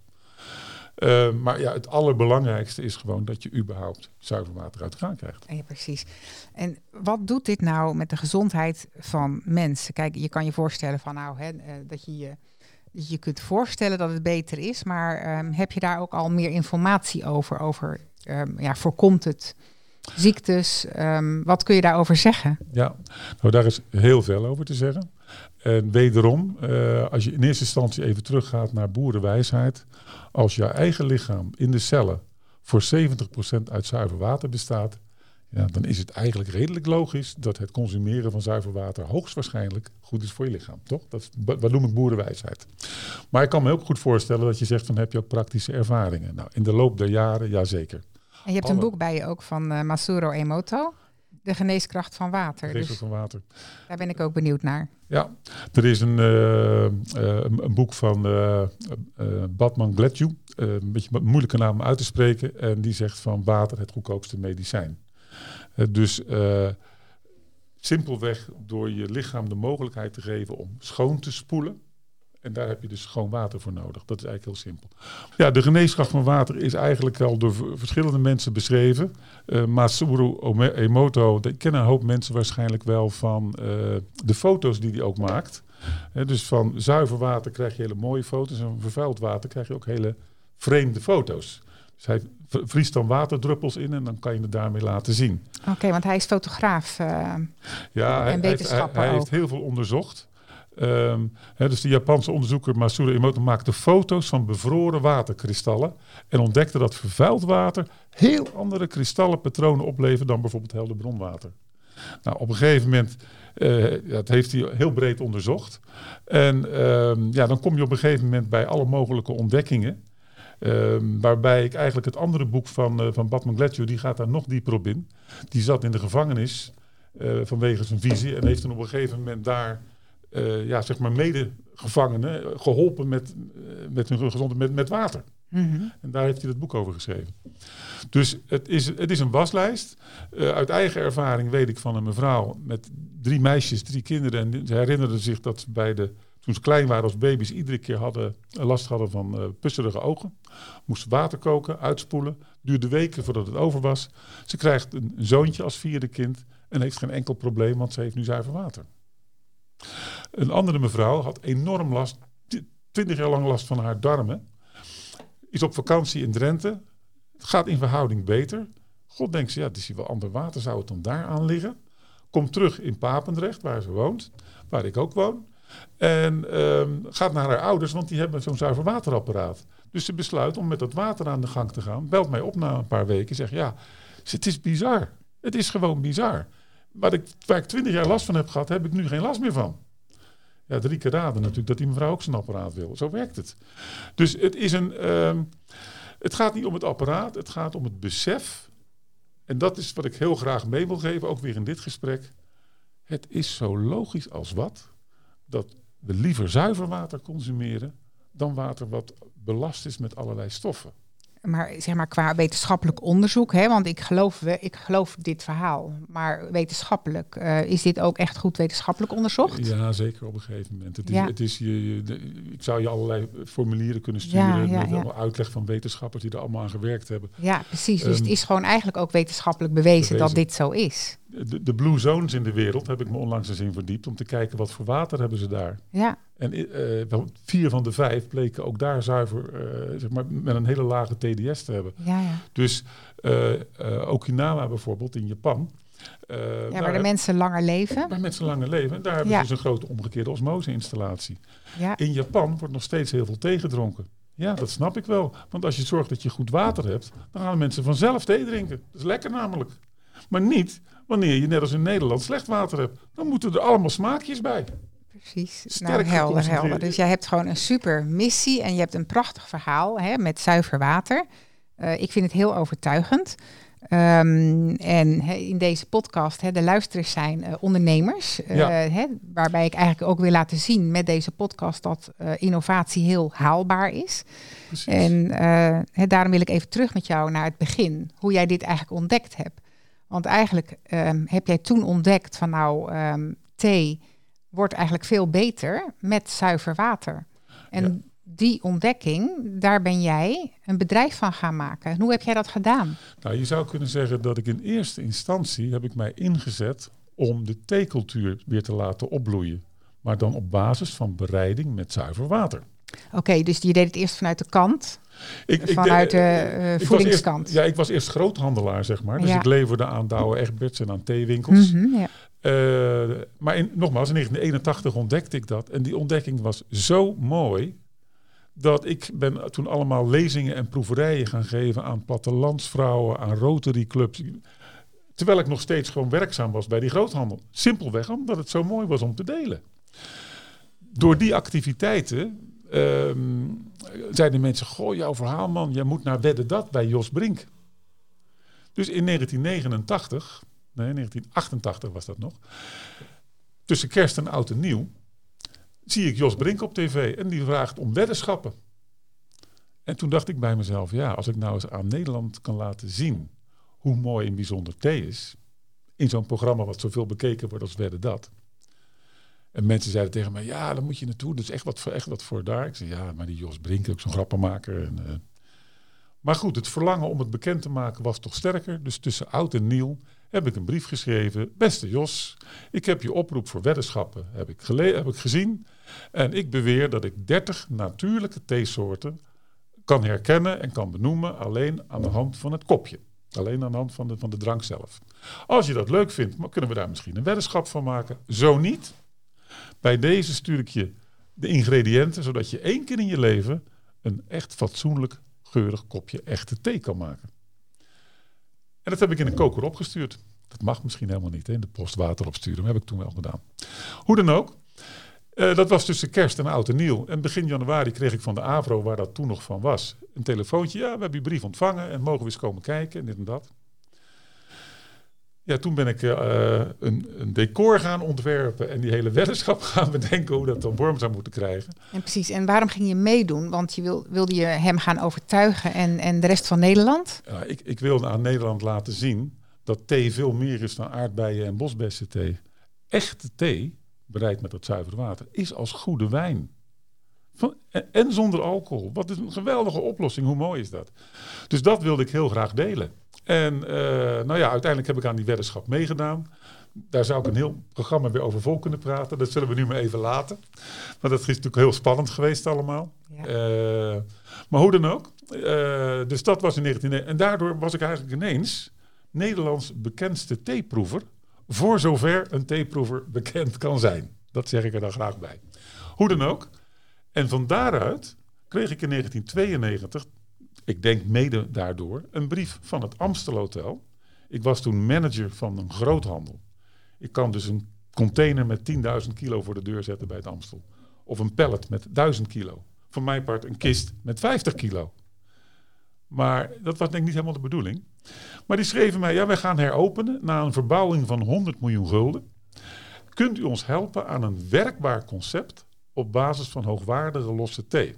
Uh, maar ja, het allerbelangrijkste is gewoon dat je überhaupt zuiver water uit de kraan krijgt.
Ja, precies. En wat doet dit nou met de gezondheid van mensen? Kijk, je kan je voorstellen van nou, hè, dat je je je kunt voorstellen dat het beter is, maar um, heb je daar ook al meer informatie over? Over um, ja, voorkomt het ziektes? Um, wat kun je daarover zeggen?
Ja, nou daar is heel veel over te zeggen. En wederom, uh, als je in eerste instantie even teruggaat naar boerenwijsheid, als je eigen lichaam in de cellen voor zeventig procent uit zuiver water bestaat, ja, dan is het eigenlijk redelijk logisch dat het consumeren van zuiver water hoogstwaarschijnlijk goed is voor je lichaam, toch? Dat is, wat noem ik boerenwijsheid. Maar ik kan me ook goed voorstellen dat je zegt, dan heb je ook praktische ervaringen. Nou, in de loop der jaren, jazeker.
En je hebt Alle. een boek bij je ook van uh, Masaru Emoto, De geneeskracht van water.
Geneeskracht
dus
van water.
Daar ben ik ook benieuwd naar.
Ja, er is een, uh, uh, een boek van uh, uh, Batman Gledju, uh, een beetje een moeilijke naam uit te spreken, en die zegt van water het goedkoopste medicijn. Uh, dus uh, simpelweg door je lichaam de mogelijkheid te geven om schoon te spoelen. En daar heb je dus schoon water voor nodig. Dat is eigenlijk heel simpel. Ja, de geneeskracht van water is eigenlijk al door v- verschillende mensen beschreven. Uh, Masaru Emoto, daar kennen een hoop mensen waarschijnlijk wel van uh, de foto's die hij ook maakt. He, dus van zuiver water krijg je hele mooie foto's. En van vervuild water krijg je ook hele vreemde foto's. Dus hij vriest dan waterdruppels in en dan kan je het daarmee laten zien.
Oké, okay, want hij is fotograaf uh,
ja,
en
hij,
wetenschapper
hij, hij
ook.
heeft heel veel onderzocht. Um, he, dus de Japanse onderzoeker Masaru Emoto maakte foto's van bevroren waterkristallen en ontdekte dat vervuild water heel andere kristallenpatronen oplevert dan bijvoorbeeld helder bronwater. Nou, op een gegeven moment, uh, dat heeft hij heel breed onderzocht. En um, ja, dan kom je op een gegeven moment bij alle mogelijke ontdekkingen. Um, waarbij ik eigenlijk het andere boek van, uh, van Batman Gledju, die gaat daar nog dieper op in. Die zat in de gevangenis uh, vanwege zijn visie en heeft dan op een gegeven moment daar Uh, ja, zeg maar medegevangenen geholpen met, uh, met hun gezondheid, met, met water.
Mm-hmm. En
daar heeft hij het boek over geschreven. Dus het is, het is een waslijst. Uh, uit eigen ervaring weet ik van een mevrouw met drie meisjes, drie kinderen. En ze herinnerden zich dat ze bij de, toen ze klein waren als baby's, iedere keer hadden, last hadden van uh, pusserige ogen. Moesten water koken, uitspoelen. Duurde weken voordat het over was. Ze krijgt een zoontje als vierde kind en heeft geen enkel probleem, want ze heeft nu zuiver water. Een andere mevrouw had enorm last, twintig jaar lang last van haar darmen. Is op vakantie in Drenthe. Het gaat in verhouding beter. God denkt ze, ja, het is hier wel ander water, zou het dan daar aan liggen? Komt terug in Papendrecht, waar ze woont, waar ik ook woon. En um, gaat naar haar ouders, want die hebben zo'n zuiver waterapparaat. Dus ze besluit om met dat water aan de gang te gaan. Belt mij op na een paar weken, zegt ja, het is bizar. Het is gewoon bizar. Waar ik, waar ik twintig jaar last van heb gehad, heb ik nu geen last meer van. Ja, drie keer raden natuurlijk dat die mevrouw ook zijn apparaat wil. Zo werkt het. Dus het is een, um, het gaat niet om het apparaat, het gaat om het besef. En dat is wat ik heel graag mee wil geven, ook weer in dit gesprek. Het is zo logisch als wat, dat we liever zuiver water consumeren dan water wat belast is met allerlei stoffen.
Maar zeg maar qua wetenschappelijk onderzoek, hè, want ik geloof, ik geloof dit verhaal, maar wetenschappelijk, uh, is dit ook echt goed wetenschappelijk onderzocht?
Ja, zeker op een gegeven moment. Het is,
ja.
het is je, je, de, ik zou je allerlei formulieren kunnen sturen ja, ja, met ja. uitleg van wetenschappers die er allemaal aan gewerkt hebben.
Ja, precies. Dus um, het is gewoon eigenlijk ook wetenschappelijk bewezen, bewezen dat dit zo is.
de, de Blue Zones in de wereld heb ik me onlangs eens in verdiept om te kijken wat voor water hebben ze daar.
Ja.
En uh, vier van de vijf bleken ook daar zuiver, uh, zeg maar, met een hele lage T D S te hebben.
Ja, ja.
Dus uh, uh, Okinawa bijvoorbeeld in Japan. Uh,
ja, waar de mensen langer leven.
Waar mensen langer leven. En daar hebben
ja.
ze dus een grote omgekeerde osmose-installatie.
Ja.
In Japan wordt nog steeds heel veel thee gedronken. Ja, dat snap ik wel. Want als je zorgt dat je goed water hebt, dan gaan mensen vanzelf thee drinken. Dat is lekker namelijk. Maar niet wanneer je net als in Nederland slecht water hebt. Dan moeten er allemaal smaakjes bij.
Precies.
Sterk
nou, helder, helder. Dus jij hebt gewoon een super missie en je hebt een prachtig verhaal hè, met zuiver water. Uh, ik vind het heel overtuigend. Um, en he, in deze podcast, he, de luisteraars zijn uh, ondernemers. Uh,
ja.
he, waarbij ik eigenlijk ook wil laten zien met deze podcast dat uh, innovatie heel haalbaar is.
Precies.
En uh, he, daarom wil ik even terug met jou naar het begin. Hoe jij dit eigenlijk ontdekt hebt. Want eigenlijk um, heb jij toen ontdekt van nou, um, thee wordt eigenlijk veel beter met zuiver water. En ja. die ontdekking, daar ben jij een bedrijf van gaan maken. Hoe heb jij dat gedaan?
Nou, je zou kunnen zeggen dat ik in eerste instantie heb ik mij ingezet om de theecultuur weer te laten opbloeien. Maar dan op basis van bereiding met zuiver water.
Oké, okay, dus je deed het eerst vanuit de kant?
Ik,
vanuit
ik,
de uh, voedingskant?
Eerst, ja, ik was eerst groothandelaar, zeg maar. Dus
ja.
ik leverde aan Douwe Egberts en aan theewinkels.
Mm-hmm, ja.
uh, maar in, nogmaals, in negentien eenentachtig ontdekte ik dat. En die ontdekking was zo mooi dat ik ben toen allemaal lezingen en proeverijen gaan geven aan plattelandsvrouwen, aan Rotary clubs. Terwijl ik nog steeds gewoon werkzaam was bij die groothandel. Simpelweg omdat het zo mooi was om te delen. Door die activiteiten um, zeiden mensen, goh, jouw verhaal man, jij moet naar Wedden Dat bij Jos Brink. Dus in negentien negenentachtig, nee negentien achtentachtig was dat nog, tussen kerst en oud en nieuw, zie ik Jos Brink op tv en die vraagt om weddenschappen. En toen dacht ik bij mezelf, ja, als ik nou eens aan Nederland kan laten zien hoe mooi en bijzonder thee is, in zo'n programma wat zoveel bekeken wordt als Wedden Dat. En mensen zeiden tegen mij, ja, daar moet je naartoe, dat is echt wat voor, echt wat voor daar. Ik zei, ja, maar die Jos Brink, ook zo'n grappenmaker. En, uh... Maar goed, het verlangen om het bekend te maken was toch sterker. Dus tussen oud en nieuw heb ik een brief geschreven. Beste Jos, ik heb je oproep voor weddenschappen heb ik, gele- heb ik gezien. En ik beweer dat ik dertig natuurlijke theesoorten kan herkennen en kan benoemen alleen aan de hand van het kopje. Alleen aan de hand van de, van de drank zelf. Als je dat leuk vindt, kunnen we daar misschien een weddenschap van maken. Zo niet. Bij deze stuur ik je de ingrediënten, zodat je één keer in je leven een echt fatsoenlijk geurig kopje echte thee kan maken. En dat heb ik in een koker opgestuurd. Dat mag misschien helemaal niet, hè, in de post water opsturen. Maar heb ik toen wel gedaan. Hoe dan ook. Uh, dat was tussen kerst en oud en nieuw. En begin januari kreeg ik van de AVRO, waar dat toen nog van was, een telefoontje. Ja, we hebben je brief ontvangen en mogen we eens komen kijken en dit en dat. Ja, toen ben ik uh, een, een decor gaan ontwerpen en die hele weddenschap gaan bedenken hoe dat dan vorm zou moeten krijgen.
En precies, en waarom ging je meedoen? Want je wil, wilde je hem gaan overtuigen en, en de rest van Nederland?
Ja, ik, ik wilde aan Nederland laten zien dat thee veel meer is dan aardbeien en bosbessenthee. Echte thee, bereid met dat zuivere water, is als goede wijn. Van, en, en zonder alcohol. Wat is een geweldige oplossing, hoe mooi is dat? Dus dat wilde ik heel graag delen. En uh, nou ja, uiteindelijk heb ik aan die weddenschap meegedaan. Daar zou ik een heel programma weer over vol kunnen praten. Dat zullen we nu maar even laten. Maar dat is natuurlijk heel spannend geweest allemaal. Ja. Uh, maar hoe dan ook. Uh, dus dat was in negentien... En daardoor was ik eigenlijk ineens Nederlands bekendste theeproever. Voor zover een theeproever bekend kan zijn. Dat zeg ik er dan graag bij. Hoe dan ook. En van daaruit kreeg ik in negentien tweeënnegentig... ik denk mede daardoor, een brief van het Amstelhotel. Ik was toen manager van een groothandel. Ik kan dus een container met tienduizend kilo voor de deur zetten bij het Amstel. Of een pallet met duizend kilo. Voor mijn part een kist met vijftig kilo. Maar dat was denk ik niet helemaal de bedoeling. Maar die schreven mij, ja, wij gaan heropenen na een verbouwing van honderd miljoen gulden. Kunt u ons helpen aan een werkbaar concept op basis van hoogwaardige losse thee?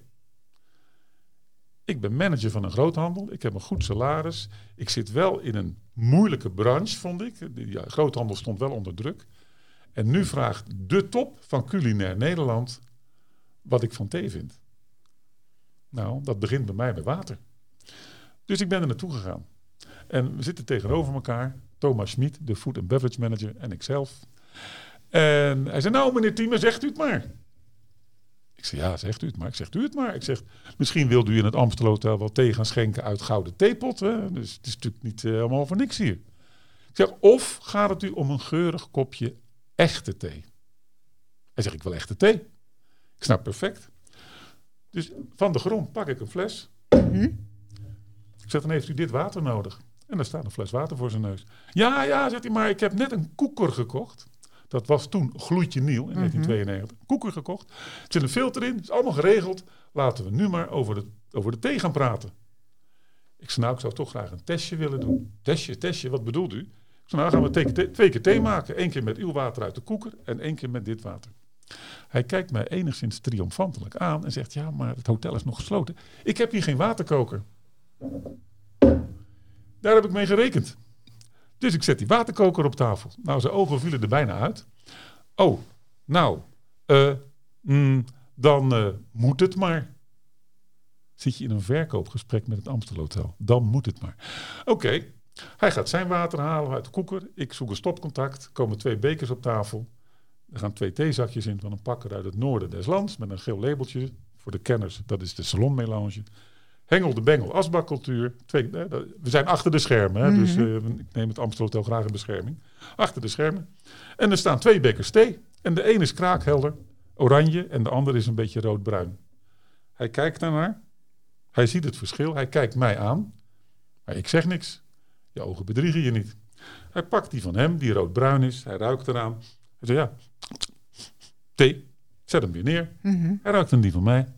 Ik ben manager van een groothandel. Ik heb een goed salaris. Ik zit wel in een moeilijke branche, vond ik. De ja, groothandel stond wel onder druk. En nu vraagt de top van culinair Nederland wat ik van thee vind. Nou, dat begint bij mij met water. Dus ik ben er naartoe gegaan. En we zitten tegenover elkaar. Thomas Schmid, de Food and Beverage Manager, en ikzelf. En hij zei, nou meneer Thieme, zegt u het maar. Ik zei, ja, zegt u het maar. Ik zeg, u het maar. Ik zeg, misschien wilde u in het Amstelhotel wel thee gaan schenken uit gouden theepot. Hè? Dus het is natuurlijk niet uh, helemaal voor niks hier. Ik zeg, of gaat het u om een geurig kopje echte thee? Hij zegt, ik wil echte thee. Ik snap perfect. Dus van de grond pak ik een fles. Hm? Ik zeg, dan heeft u dit water nodig. En daar staat een fles water voor zijn neus. Ja, ja, zegt hij, maar ik heb net een koeker gekocht. Dat was toen gloedje nieuw in mm-hmm. negentien tweeënnegentig. Koeker gekocht. Er zit een filter in. Het is allemaal geregeld. Laten we nu maar over de, over de thee gaan praten. Ik zei, nou, ik zou toch graag een testje willen doen. Testje, testje, wat bedoelt u? Ik zei, nou, gaan we twee, te- twee keer thee maken. Eén keer met uw water uit de koeker en één keer met dit water. Hij kijkt mij enigszins triomfantelijk aan en zegt, ja, maar het hotel is nog gesloten. Ik heb hier geen waterkoker. Daar heb ik mee gerekend. Dus ik zet die waterkoker op tafel. Nou, zijn ogen vielen er bijna uit. Oh, nou, uh, mm, dan uh, moet het maar. Zit je in een verkoopgesprek met het Amstelhotel. Dan moet het maar. Oké, okay. Hij gaat zijn water halen uit de koeker. Ik zoek een stopcontact. Komen twee bekers op tafel. Er gaan twee theezakjes in van een pakker uit het noorden des lands. Met een geel labeltje. Voor de kenners, dat is de salonmelange. Hengel de Bengel, asbakcultuur. Twee, eh, we zijn achter de schermen, hè, mm-hmm. dus uh, ik neem het Amstelhotel graag in bescherming. Achter de schermen. En er staan twee bekers thee. En de ene is kraakhelder, oranje, en de andere is een beetje roodbruin. Hij kijkt daarnaar. Hij ziet het verschil. Hij kijkt mij aan. Maar ik zeg niks. Je ogen bedriegen je niet. Hij pakt die van hem, die roodbruin is. Hij ruikt eraan. Hij zegt, ja, thee. Zet hem weer neer. Mm-hmm. Hij ruikt aan die van mij.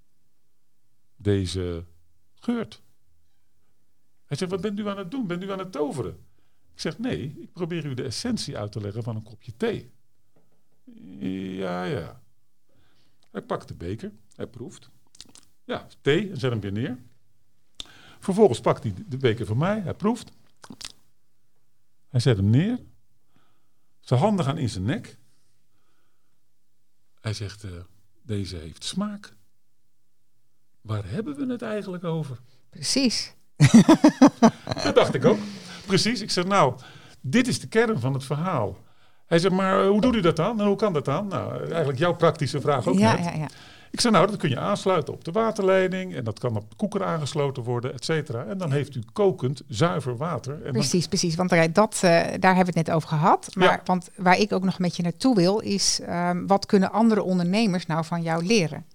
Deze geurt. Hij zegt, wat bent u aan het doen? Bent u aan het toveren? Ik zeg, nee, ik probeer u de essentie uit te leggen van een kopje thee. Ja, ja. Hij pakt de beker. Hij proeft. Ja, thee en zet hem weer neer. Vervolgens pakt hij de beker van mij. Hij proeft. Hij zet hem neer. Zijn handen gaan in zijn nek. Hij zegt, uh, deze heeft smaak. Waar hebben we het eigenlijk over?
Precies.
Dat dacht ik ook. Precies. Ik zeg, nou, dit is de kern van het verhaal. Hij zegt, maar uh, hoe doet u dat dan? En hoe kan dat dan? Nou, eigenlijk jouw praktische vraag ook
ja,
net.
Ja, ja.
Ik zeg, nou, dat kun je aansluiten op de waterleiding. En dat kan op de koeker aangesloten worden, et cetera. En dan heeft u kokend, zuiver water. En
precies,
dan...
precies. Want dat, uh, daar hebben we het net over gehad. Maar ja. Want waar ik ook nog met je naartoe wil, is um, wat kunnen andere ondernemers nou van jou leren?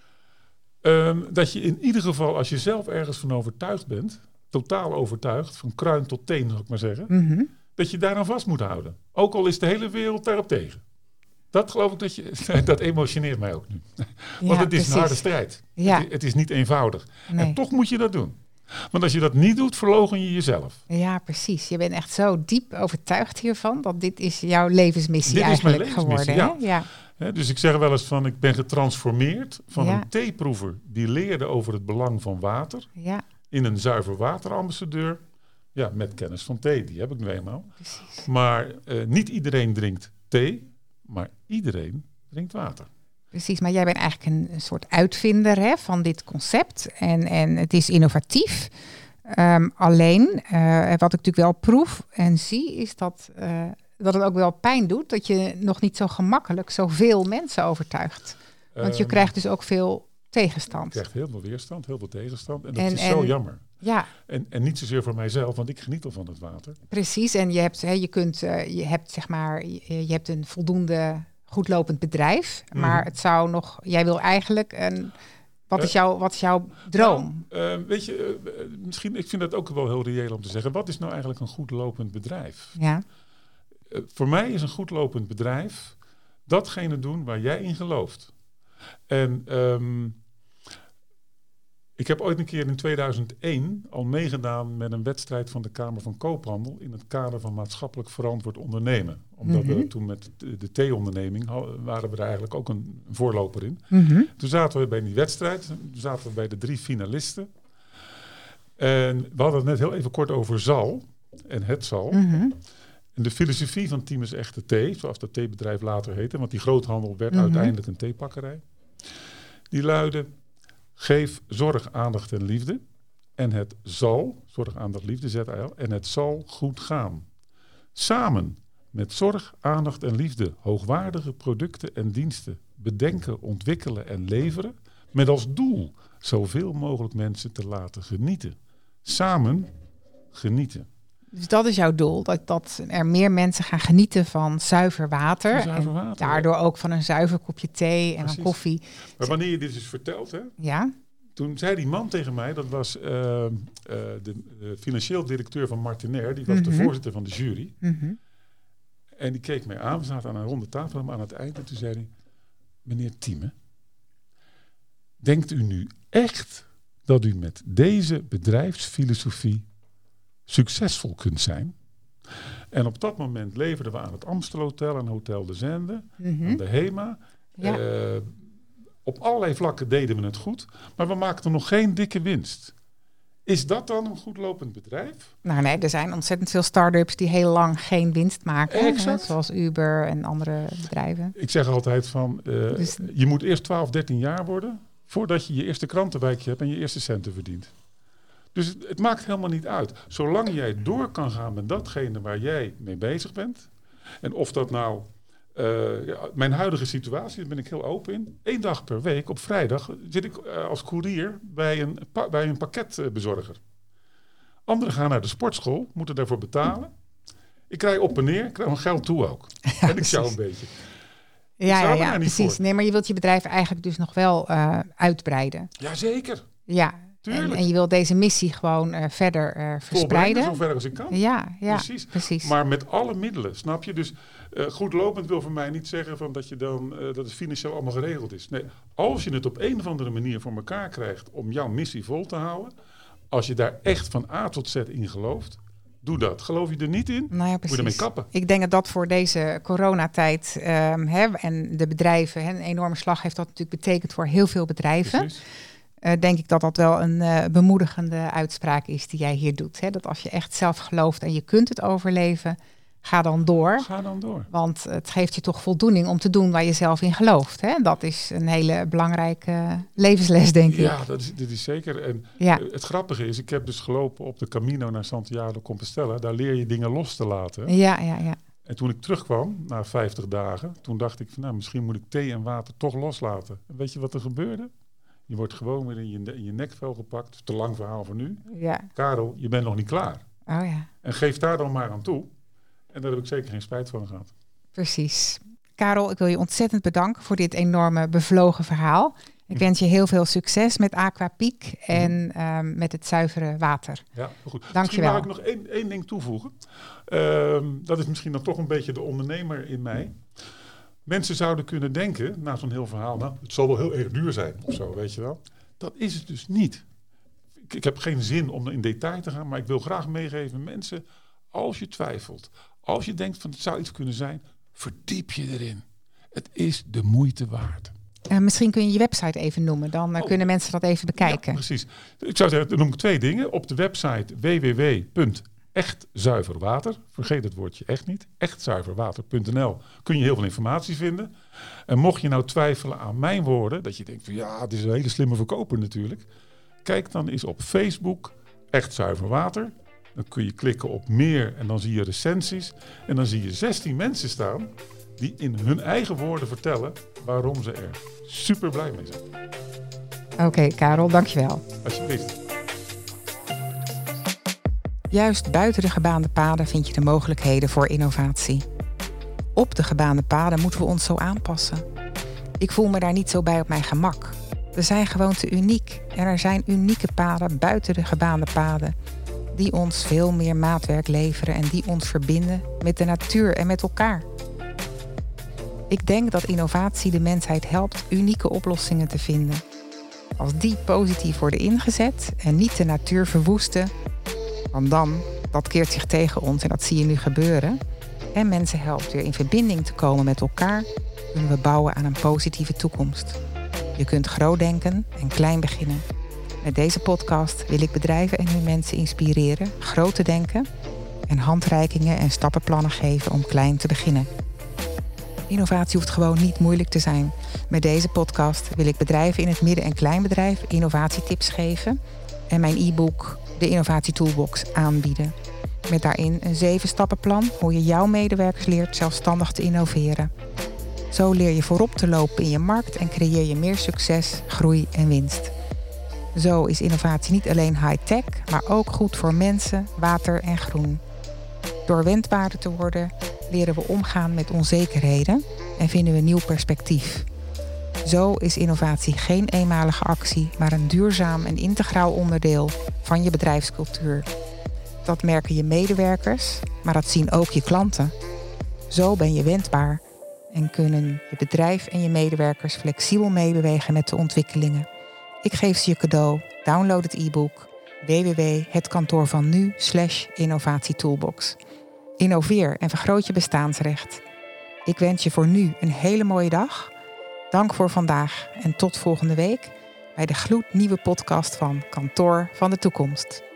Um, dat je in ieder geval, als je zelf ergens van overtuigd bent, totaal overtuigd, van kruin tot teen, zou ik maar zeggen, mm-hmm. dat je daaraan vast moet houden. Ook al is de hele wereld daarop tegen. Dat geloof ik dat je, dat emotioneert mij ook nu. Want ja, het is precies. Een harde strijd. Ja. Het, het is niet eenvoudig. Nee. En toch moet je dat doen. Want als je dat niet doet, verloochen je jezelf.
Ja, precies. Je bent echt zo diep overtuigd hiervan, dat dit is jouw levensmissie
dit
eigenlijk
is mijn levensmissie,
geworden.
Ja.
Hè? Ja.
He, dus ik zeg wel eens van, ik ben getransformeerd van ja. een theeproever die leerde over het belang van water.
Ja.
In een zuiver waterambassadeur. Ja, met kennis van thee, die heb ik nu eenmaal. Precies. Maar uh, niet iedereen drinkt thee, maar iedereen drinkt water.
Precies, maar jij bent eigenlijk een, een soort uitvinder hè, van dit concept. En, en het is innovatief. Um, alleen, uh, wat ik natuurlijk wel proef en zie, is dat... Uh, dat het ook wel pijn doet, dat je nog niet zo gemakkelijk zoveel mensen overtuigt. Want je um, krijgt dus ook veel tegenstand.
Je krijgt heel veel weerstand, heel veel tegenstand. En dat en, is en, zo jammer.
Ja.
En, en niet zozeer voor mijzelf, want ik geniet al van het water.
Precies, en je hebt, hè, je kunt, uh, je hebt zeg maar, je, je hebt een voldoende goed lopend bedrijf. Mm. Maar het zou nog, jij wil eigenlijk een... Wat is, jouw, wat is jouw droom?
Nou, uh, weet je, uh, misschien, ik vind dat ook wel heel reëel om te zeggen. Wat is nou eigenlijk een goed lopend bedrijf?
Ja.
Uh, voor mij is een goed lopend bedrijf datgene doen waar jij in gelooft. En um, ik heb ooit een keer in tweeduizend één al meegedaan met een wedstrijd van de Kamer van Koophandel in het kader van maatschappelijk verantwoord ondernemen. Omdat mm-hmm. we toen met de, de theeonderneming waren we daar eigenlijk ook een voorloper in. Mm-hmm. Toen zaten we bij die wedstrijd, toen zaten we bij de drie finalisten. En we hadden het net heel even kort over zal en het zal. Mm-hmm. En de filosofie van Thiemens Echte Thee, zoals dat theebedrijf later heette, want die groothandel werd mm-hmm. uiteindelijk een theepakkerij. Die luidde: geef zorg, aandacht en liefde. En het zal, zorg, aandacht, liefde, Z A L, en het zal goed gaan. Samen met zorg, aandacht en liefde hoogwaardige producten en diensten bedenken, ontwikkelen en leveren. Met als doel zoveel mogelijk mensen te laten genieten. Samen genieten.
Dus dat is jouw doel, dat, dat er meer mensen gaan genieten van zuiver water.
Zuiver water,
en daardoor ja. ook van een zuiver kopje thee en
Precies.
een koffie.
Maar wanneer je dit dus vertelt, hè,
ja?
toen zei die man tegen mij, dat was uh, uh, de uh, financieel directeur van Martinair, die was mm-hmm. de voorzitter van de jury.
Mm-hmm.
En die keek mij aan, we zaten aan een ronde tafel, maar aan het eind, en toen zei hij, meneer Thieme, denkt u nu echt dat u met deze bedrijfsfilosofie succesvol kunt zijn? En op dat moment leverden we aan het Amstel Hotel en Hotel de Zende, mm-hmm. aan de HEMA. Ja. Uh, op allerlei vlakken deden we het goed, maar we maakten nog geen dikke winst. Is dat dan een goed lopend bedrijf?
Nou nee, er zijn ontzettend veel start-ups die heel lang geen winst maken.
Exact.
Hè, zoals Uber en andere bedrijven.
Ik zeg altijd van, uh, dus, je moet eerst twaalf, dertien jaar worden voordat je je eerste krantenwijkje hebt en je eerste centen verdient. Dus het, het maakt helemaal niet uit. Zolang jij door kan gaan met datgene waar jij mee bezig bent. En of dat nou, uh, ja, mijn huidige situatie, daar ben ik heel open in. Eén dag per week, op vrijdag, zit ik uh, als koerier bij een, pa- bij een pakketbezorger. Anderen gaan naar de sportschool, moeten daarvoor betalen. Ik krijg op en neer, ik krijg mijn geld toe ook. Ja, en ik zou een beetje.
Ja, ja, ja precies. Voor. Nee, maar je wilt je bedrijf eigenlijk dus nog wel uh, uitbreiden.
Jazeker.
Ja, en, en je wilt deze missie gewoon uh, verder uh, verspreiden.
Zo ver als ik kan.
Ja, ja
precies.
precies.
Maar met alle middelen, snap je? Dus uh, goed lopend wil voor mij niet zeggen van dat je dan uh, dat het financieel allemaal geregeld is. Nee, als je het op een of andere manier voor elkaar krijgt om jouw missie vol te houden, als je daar echt van A tot Z in gelooft, doe dat. Geloof je er niet in?
Nou ja,
moet je ermee kappen.
Ik denk dat dat voor deze coronatijd um, hè, en de bedrijven, hè, een enorme slag heeft dat natuurlijk betekend voor heel veel bedrijven. Uh, denk ik dat dat wel een uh, bemoedigende uitspraak is die jij hier doet. Hè? Dat als je echt zelf gelooft en je kunt het overleven, ga dan door.
Ga dan door.
Want het geeft je toch voldoening om te doen waar je zelf in gelooft. Hè? Dat is een hele belangrijke levensles, denk ik.
Ja, dat is, dat is zeker. En ja. Het grappige is, ik heb dus gelopen op de Camino naar Santiago de Compostela. Daar leer je dingen los te laten.
Ja, ja, ja.
En toen ik terugkwam, na vijftig dagen, toen dacht ik van nou, misschien moet ik thee en water toch loslaten. En weet je wat er gebeurde? Je wordt gewoon weer in je, in je nekvel gepakt. Te lang verhaal voor nu.
Ja.
Karel, je bent nog niet klaar.
Oh ja.
En geef daar dan maar aan toe. En daar heb ik zeker geen spijt van gehad.
Precies. Karel, ik wil je ontzettend bedanken voor dit enorme bevlogen verhaal. Ik wens je heel veel succes met Aquapiek en um, met het zuivere water.
Ja, goed.
Dank je wel.
Misschien mag ik nog één, één ding toevoegen. Um, dat is misschien dan toch een beetje de ondernemer in mij. Mensen zouden kunnen denken, na zo'n heel verhaal, nou, het zal wel heel erg duur zijn of zo, weet je wel. Dat is het dus niet. Ik, ik heb geen zin om in detail te gaan, maar ik wil graag meegeven, mensen, als je twijfelt, als je denkt van het zou iets kunnen zijn, verdiep je erin. Het is de moeite waard.
Uh, misschien kun je je website even noemen, dan uh, oh. kunnen mensen dat even bekijken.
Ja, precies. Ik zou zeggen, dan noem ik twee dingen. Op de website w w w punt echt zuiver water, vergeet het woordje echt niet, echt zuiver water punt n l kun je heel veel informatie vinden. En mocht je nou twijfelen aan mijn woorden, dat je denkt van ja, het is een hele slimme verkoper natuurlijk, kijk dan eens op Facebook, Echt Zuiver Water. Dan kun je klikken op meer en dan zie je recensies. En dan zie je zestien mensen staan die in hun eigen woorden vertellen waarom ze er super blij mee zijn.
Oké, okay, Karel, dankjewel.
Alsjeblieft.
Juist buiten de gebaande paden vind je de mogelijkheden voor innovatie. Op de gebaande paden moeten we ons zo aanpassen. Ik voel me daar niet zo bij op mijn gemak. We zijn gewoon te uniek en er zijn unieke paden buiten de gebaande paden die ons veel meer maatwerk leveren en die ons verbinden met de natuur en met elkaar. Ik denk dat innovatie de mensheid helpt unieke oplossingen te vinden. Als die positief worden ingezet en niet de natuur verwoesten, want dan, dat keert zich tegen ons en dat zie je nu gebeuren, en mensen helpt weer in verbinding te komen met elkaar, kunnen we bouwen aan een positieve toekomst. Je kunt groot denken en klein beginnen. Met deze podcast wil ik bedrijven en hun mensen inspireren groot te denken en handreikingen en stappenplannen geven om klein te beginnen. Innovatie hoeft gewoon niet moeilijk te zijn. Met deze podcast wil ik bedrijven in het midden- en kleinbedrijf innovatietips geven en mijn e-book, de Innovatie Toolbox, aanbieden. Met daarin een zeven-stappenplan hoe je jouw medewerkers leert zelfstandig te innoveren. Zo leer je voorop te lopen in je markt en creëer je meer succes, groei en winst. Zo is innovatie niet alleen high-tech, maar ook goed voor mensen, water en groen. Door wendbaarder te worden, leren we omgaan met onzekerheden en vinden we nieuw perspectief. Zo is innovatie geen eenmalige actie, maar een duurzaam en integraal onderdeel van je bedrijfscultuur. Dat merken je medewerkers, maar dat zien ook je klanten. Zo ben je wendbaar en kunnen je bedrijf en je medewerkers flexibel meebewegen met de ontwikkelingen. Ik geef ze je cadeau. Download het e-book w w w punt het kantoor van nu slash innovatietoolbox. Innoveer en vergroot je bestaansrecht. Ik wens je voor nu een hele mooie dag. Dank voor vandaag en tot volgende week bij de gloednieuwe podcast van Kantoor van de Toekomst.